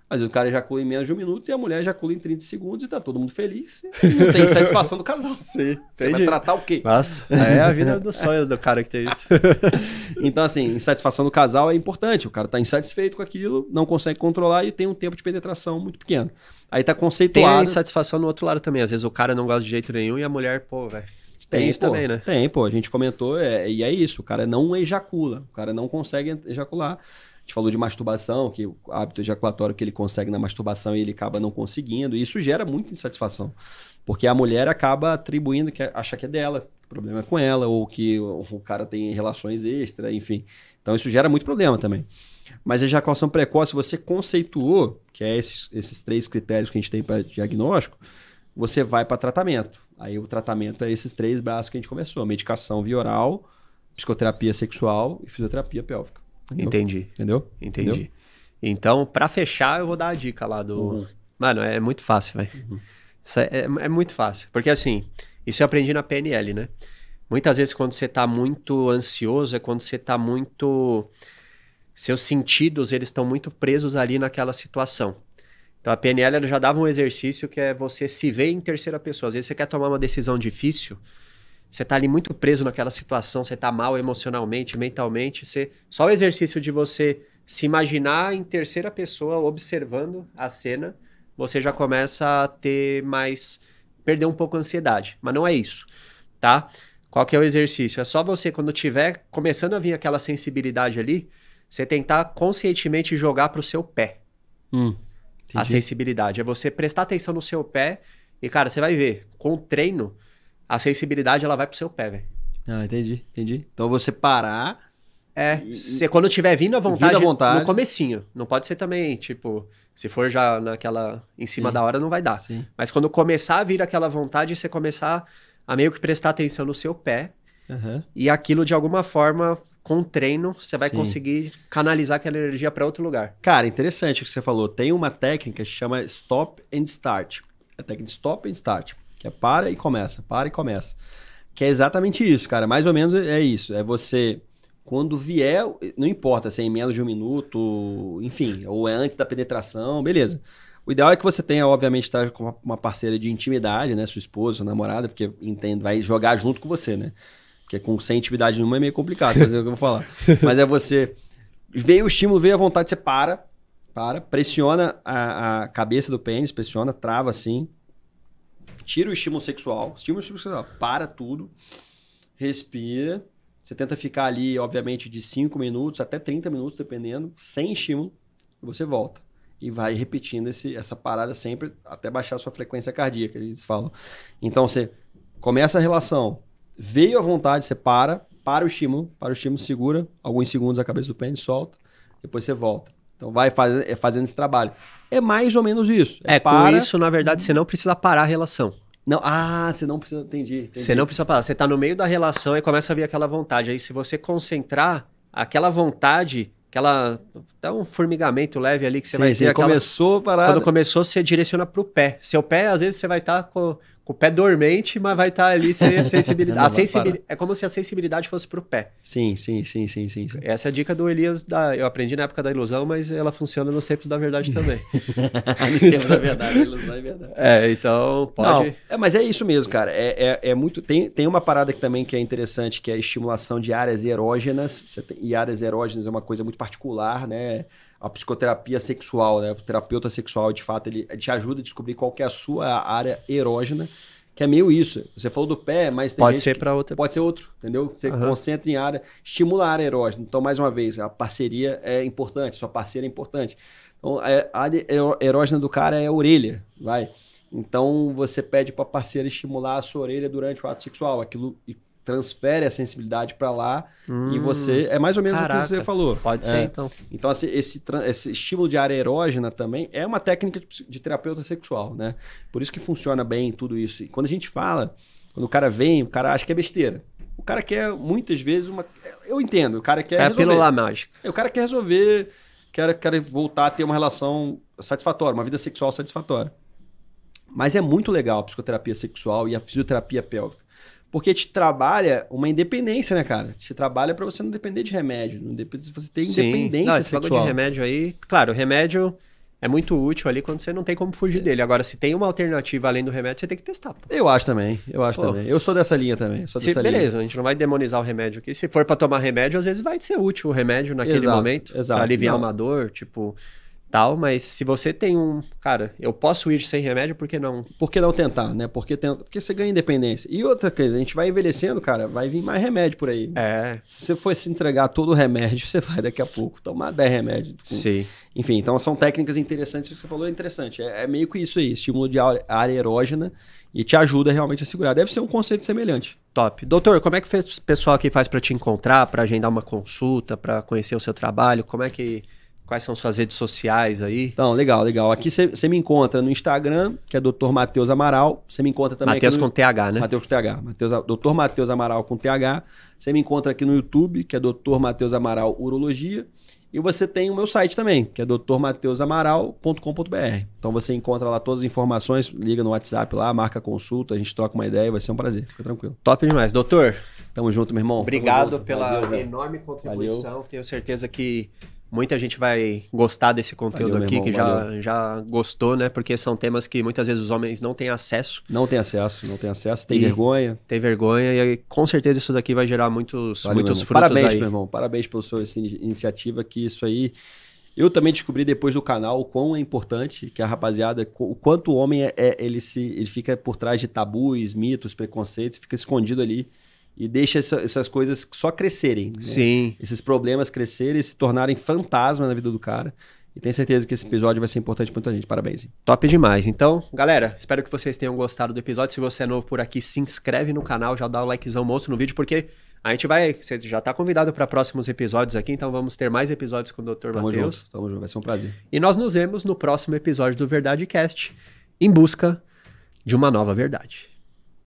Às vezes o cara ejacula em menos de um minuto e a mulher ejacula em trinta segundos e tá todo mundo feliz. E não tem satisfação do casal. Sim, Você vai tratar o quê? Nossa, é a vida dos sonhos do cara que tem isso. Então, assim, insatisfação do casal é importante. O cara tá insatisfeito com aquilo, não consegue controlar e tem um tempo de penetração muito pequeno. Aí tá Tem a conceituado... insatisfação no outro lado também. Às vezes o cara não gosta de jeito nenhum e a mulher, pô, velho. Tem, tem isso pô, também, né? Tem, pô. A gente comentou, é, e é isso. O cara não ejacula. O cara não consegue ejacular. A gente falou de masturbação, que o hábito ejaculatório que ele consegue na masturbação e ele acaba não conseguindo. E isso gera muita insatisfação. Porque a mulher acaba atribuindo que acha que é dela, o problema é com ela, ou que o, o cara tem relações extra, enfim. Então isso gera muito problema também. Mas a ejaculação precoce, você conceituou, que é esses, esses três critérios que a gente tem para diagnóstico, você vai para tratamento. Aí o tratamento é esses três braços que a gente começou: medicação via oral, psicoterapia sexual e fisioterapia pélvica. Entendeu? Entendi. Entendeu? Entendi. Entendeu? Então, pra fechar, eu vou dar a dica lá do... Uhum. Mano, é muito fácil, velho. Uhum. Isso é, é, é muito fácil. Porque assim, isso eu aprendi na P N L, né? Muitas vezes quando você tá muito ansioso, é quando você tá muito... Seus sentidos, eles estão muito presos ali naquela situação. Então a P N L ela já dava um exercício que é você se ver em terceira pessoa. Às vezes você quer tomar uma decisão difícil, você tá ali muito preso naquela situação, você tá mal emocionalmente, mentalmente. Você... Só o exercício de você se imaginar em terceira pessoa, observando a cena, você já começa a ter mais... perder um pouco a ansiedade. Mas não é isso, tá? Qual que é o exercício? É só você, quando tiver começando a vir aquela sensibilidade ali, você tentar conscientemente jogar pro seu pé. Hum, a sensibilidade. É você prestar atenção no seu pé e, cara, você vai ver, com o treino, a sensibilidade ela vai pro seu pé, velho. Ah, entendi, entendi. Então você parar... É, e, você, quando tiver vindo à vontade, vindo à vontade, no comecinho. Não pode ser também, tipo, se for já naquela, em cima sim, da hora, não vai dar. Sim. Mas quando começar a vir aquela vontade, você começar a meio que prestar atenção no seu pé, uhum. E aquilo, de alguma forma, com treino, você vai Sim. conseguir canalizar aquela energia para outro lugar. Cara, interessante o que você falou. Tem uma técnica que chama Stop and Start. A técnica de Stop and Start, que é para e começa, para e começa. Que é exatamente isso, cara. Mais ou menos é isso. É você, quando vier, não importa se é em menos de um minuto, enfim, ou é antes da penetração, beleza. O ideal é que você tenha, obviamente, estar com uma parceira de intimidade, né? Sua esposa, sua namorada, porque entende, vai jogar junto com você, né? Porque com sem intimidade nenhuma é meio complicado, mas é o que eu vou falar. Mas é você... Veio o estímulo, veio a vontade, você para, para, pressiona a, a cabeça do pênis, pressiona, trava assim, tira o estímulo sexual, estímulo sexual, para tudo, respira, você tenta ficar ali, obviamente, de cinco minutos até trinta minutos, dependendo, sem estímulo, e você volta. E vai repetindo esse, essa parada sempre até baixar a sua frequência cardíaca, eles falam. Então, você começa a relação, veio a vontade, você para, para o estímulo, para o estímulo, segura alguns segundos a cabeça do pênis, solta, depois você volta. Então vai faz, é fazendo esse trabalho. É mais ou menos isso. É, para... com isso, na verdade, você não precisa parar a relação. Não, ah, você não precisa, entendi, entendi. Você não precisa parar, você tá no meio da relação e começa a vir aquela vontade. Aí se você concentrar, aquela vontade, aquela... Dá um formigamento leve ali que você sim, vai sim, ter. Aquela... começou a parada. Quando começou, você direciona pro pé. Seu pé, às vezes, você vai estar tá com... com o pé dormente, mas vai estar tá ali sem a sensibilidade. Não, a sensibil... É como se a sensibilidade fosse pro pé. Sim, sim, sim, sim, sim. sim. Essa é a dica do Elias, da... eu aprendi na época da ilusão, mas ela funciona nos tempos da verdade também. No tempo da verdade, a ilusão é verdade. É, então pode... Não, é, mas é isso mesmo, cara. É, é, é muito... Tem, tem uma parada que também que é interessante, que é a estimulação de áreas erógenas. Você tem... E áreas erógenas é uma coisa muito particular, né? A psicoterapia sexual, né? O terapeuta sexual, de fato, ele te ajuda a descobrir qual que é a sua área erógena, que é meio isso. Você falou do pé, mas tem Pode gente ser que... para outra. Pode ser outro, entendeu? Você Uhum. concentra em área, estimula a área erógena. Então, mais uma vez, a parceria é importante, sua parceira é importante. Então, a área erógena do cara é a orelha, vai. Então, você pede para a parceira estimular a sua orelha durante o ato sexual. Aquilo transfere a sensibilidade para lá hum, e você... É mais ou menos caraca, o que você falou. Pode é. ser, então. Então, esse, esse, esse estímulo de área erógena também é uma técnica de, de terapeuta sexual, né? Por isso que funciona bem tudo isso. E quando a gente fala, quando o cara vem, o cara acha que é besteira. O cara quer, muitas vezes, uma... Eu entendo, o cara quer é resolver. É a pílula mágica. O cara quer resolver, quer, quer voltar a ter uma relação satisfatória, uma vida sexual satisfatória. Mas é muito legal a psicoterapia sexual e a fisioterapia pélvica. Porque te trabalha uma independência, né, cara? Te trabalha para você não depender de remédio, não depender, você ter independência não, esse sexual. bagulho de remédio aí, claro, o remédio é muito útil ali quando você não tem como fugir dele. Agora, se tem uma alternativa além do remédio, você tem que testar. Pô. Eu acho também, eu acho Pô, também. Eu sou dessa linha também. Sou se, dessa beleza, linha. a gente não vai demonizar o remédio aqui. Se for pra tomar remédio, às vezes vai ser útil o remédio naquele Exato, momento. exato. Pra aliviar Não. uma dor, tipo... tal, mas se você tem um... Cara, eu posso ir sem remédio, por que não? Por que não tentar, né? Porque, tenta... Porque você ganha independência. E outra coisa, a gente vai envelhecendo, cara, vai vir mais remédio por aí. É, Se você for se entregar todo o remédio, você vai daqui a pouco tomar dez remédios. Com... sim. Enfim, então são técnicas interessantes. O que você falou é interessante. É, é meio que isso aí, estímulo de área área erógena e te ajuda realmente a segurar. Deve ser um conceito semelhante. Top. Doutor, como é que o pessoal aqui faz pra te encontrar, pra agendar uma consulta, pra conhecer o seu trabalho? Como é que... Quais são suas redes sociais aí? Então, legal, legal. Aqui você me encontra no Instagram, que é doutor Matheus Amaral. Você me encontra também Matheus aqui no... com T H, né? Matheus com T H. Mateus, doutor Matheus Amaral com T H. Você me encontra aqui no YouTube, que é doutor Matheus Amaral Urologia. E você tem o meu site também, que é doutor mateus amaral ponto com ponto b r. Então você encontra lá todas as informações, liga no WhatsApp lá, marca consulta, a gente troca uma ideia, vai ser um prazer. Fica tranquilo. Top demais. Doutor, Tamo junto, meu irmão. obrigado junto. pela Valeu, enorme contribuição. Valeu. Tenho certeza que muita gente vai gostar desse conteúdo Valeu, aqui, meu que irmão, já, já gostou, né? Porque são temas que muitas vezes os homens não têm acesso, Não tem acesso, não tem acesso, tem E- vergonha. têm vergonha, e aí, com certeza isso daqui vai gerar muitos, Valeu, muitos meu irmão. frutos Parabéns, aí. meu irmão. Parabéns pela sua essa ini- iniciativa, que isso aí... Eu também descobri depois do canal o quão é importante que a rapaziada, co- o quanto o homem é, é- ele se ele fica por trás de tabus, mitos, preconceitos, fica escondido ali e deixa essa- essas coisas só crescerem, né? Sim. Esses problemas crescerem e se tornarem fantasma na vida do cara. E tenho certeza que esse episódio vai ser importante para muita gente. Parabéns. Hein? Top demais. Então, galera, espero que vocês tenham gostado do episódio. Se você é novo por aqui, se inscreve no canal, já dá o likezão monstro no vídeo, porque a gente vai... Você já tá convidado para próximos episódios aqui, então vamos ter mais episódios com o doutor Tamo Matheus. junto, tamo junto. Vai ser um prazer. E nós nos vemos no próximo episódio do Verdade Cast, em busca de uma nova verdade.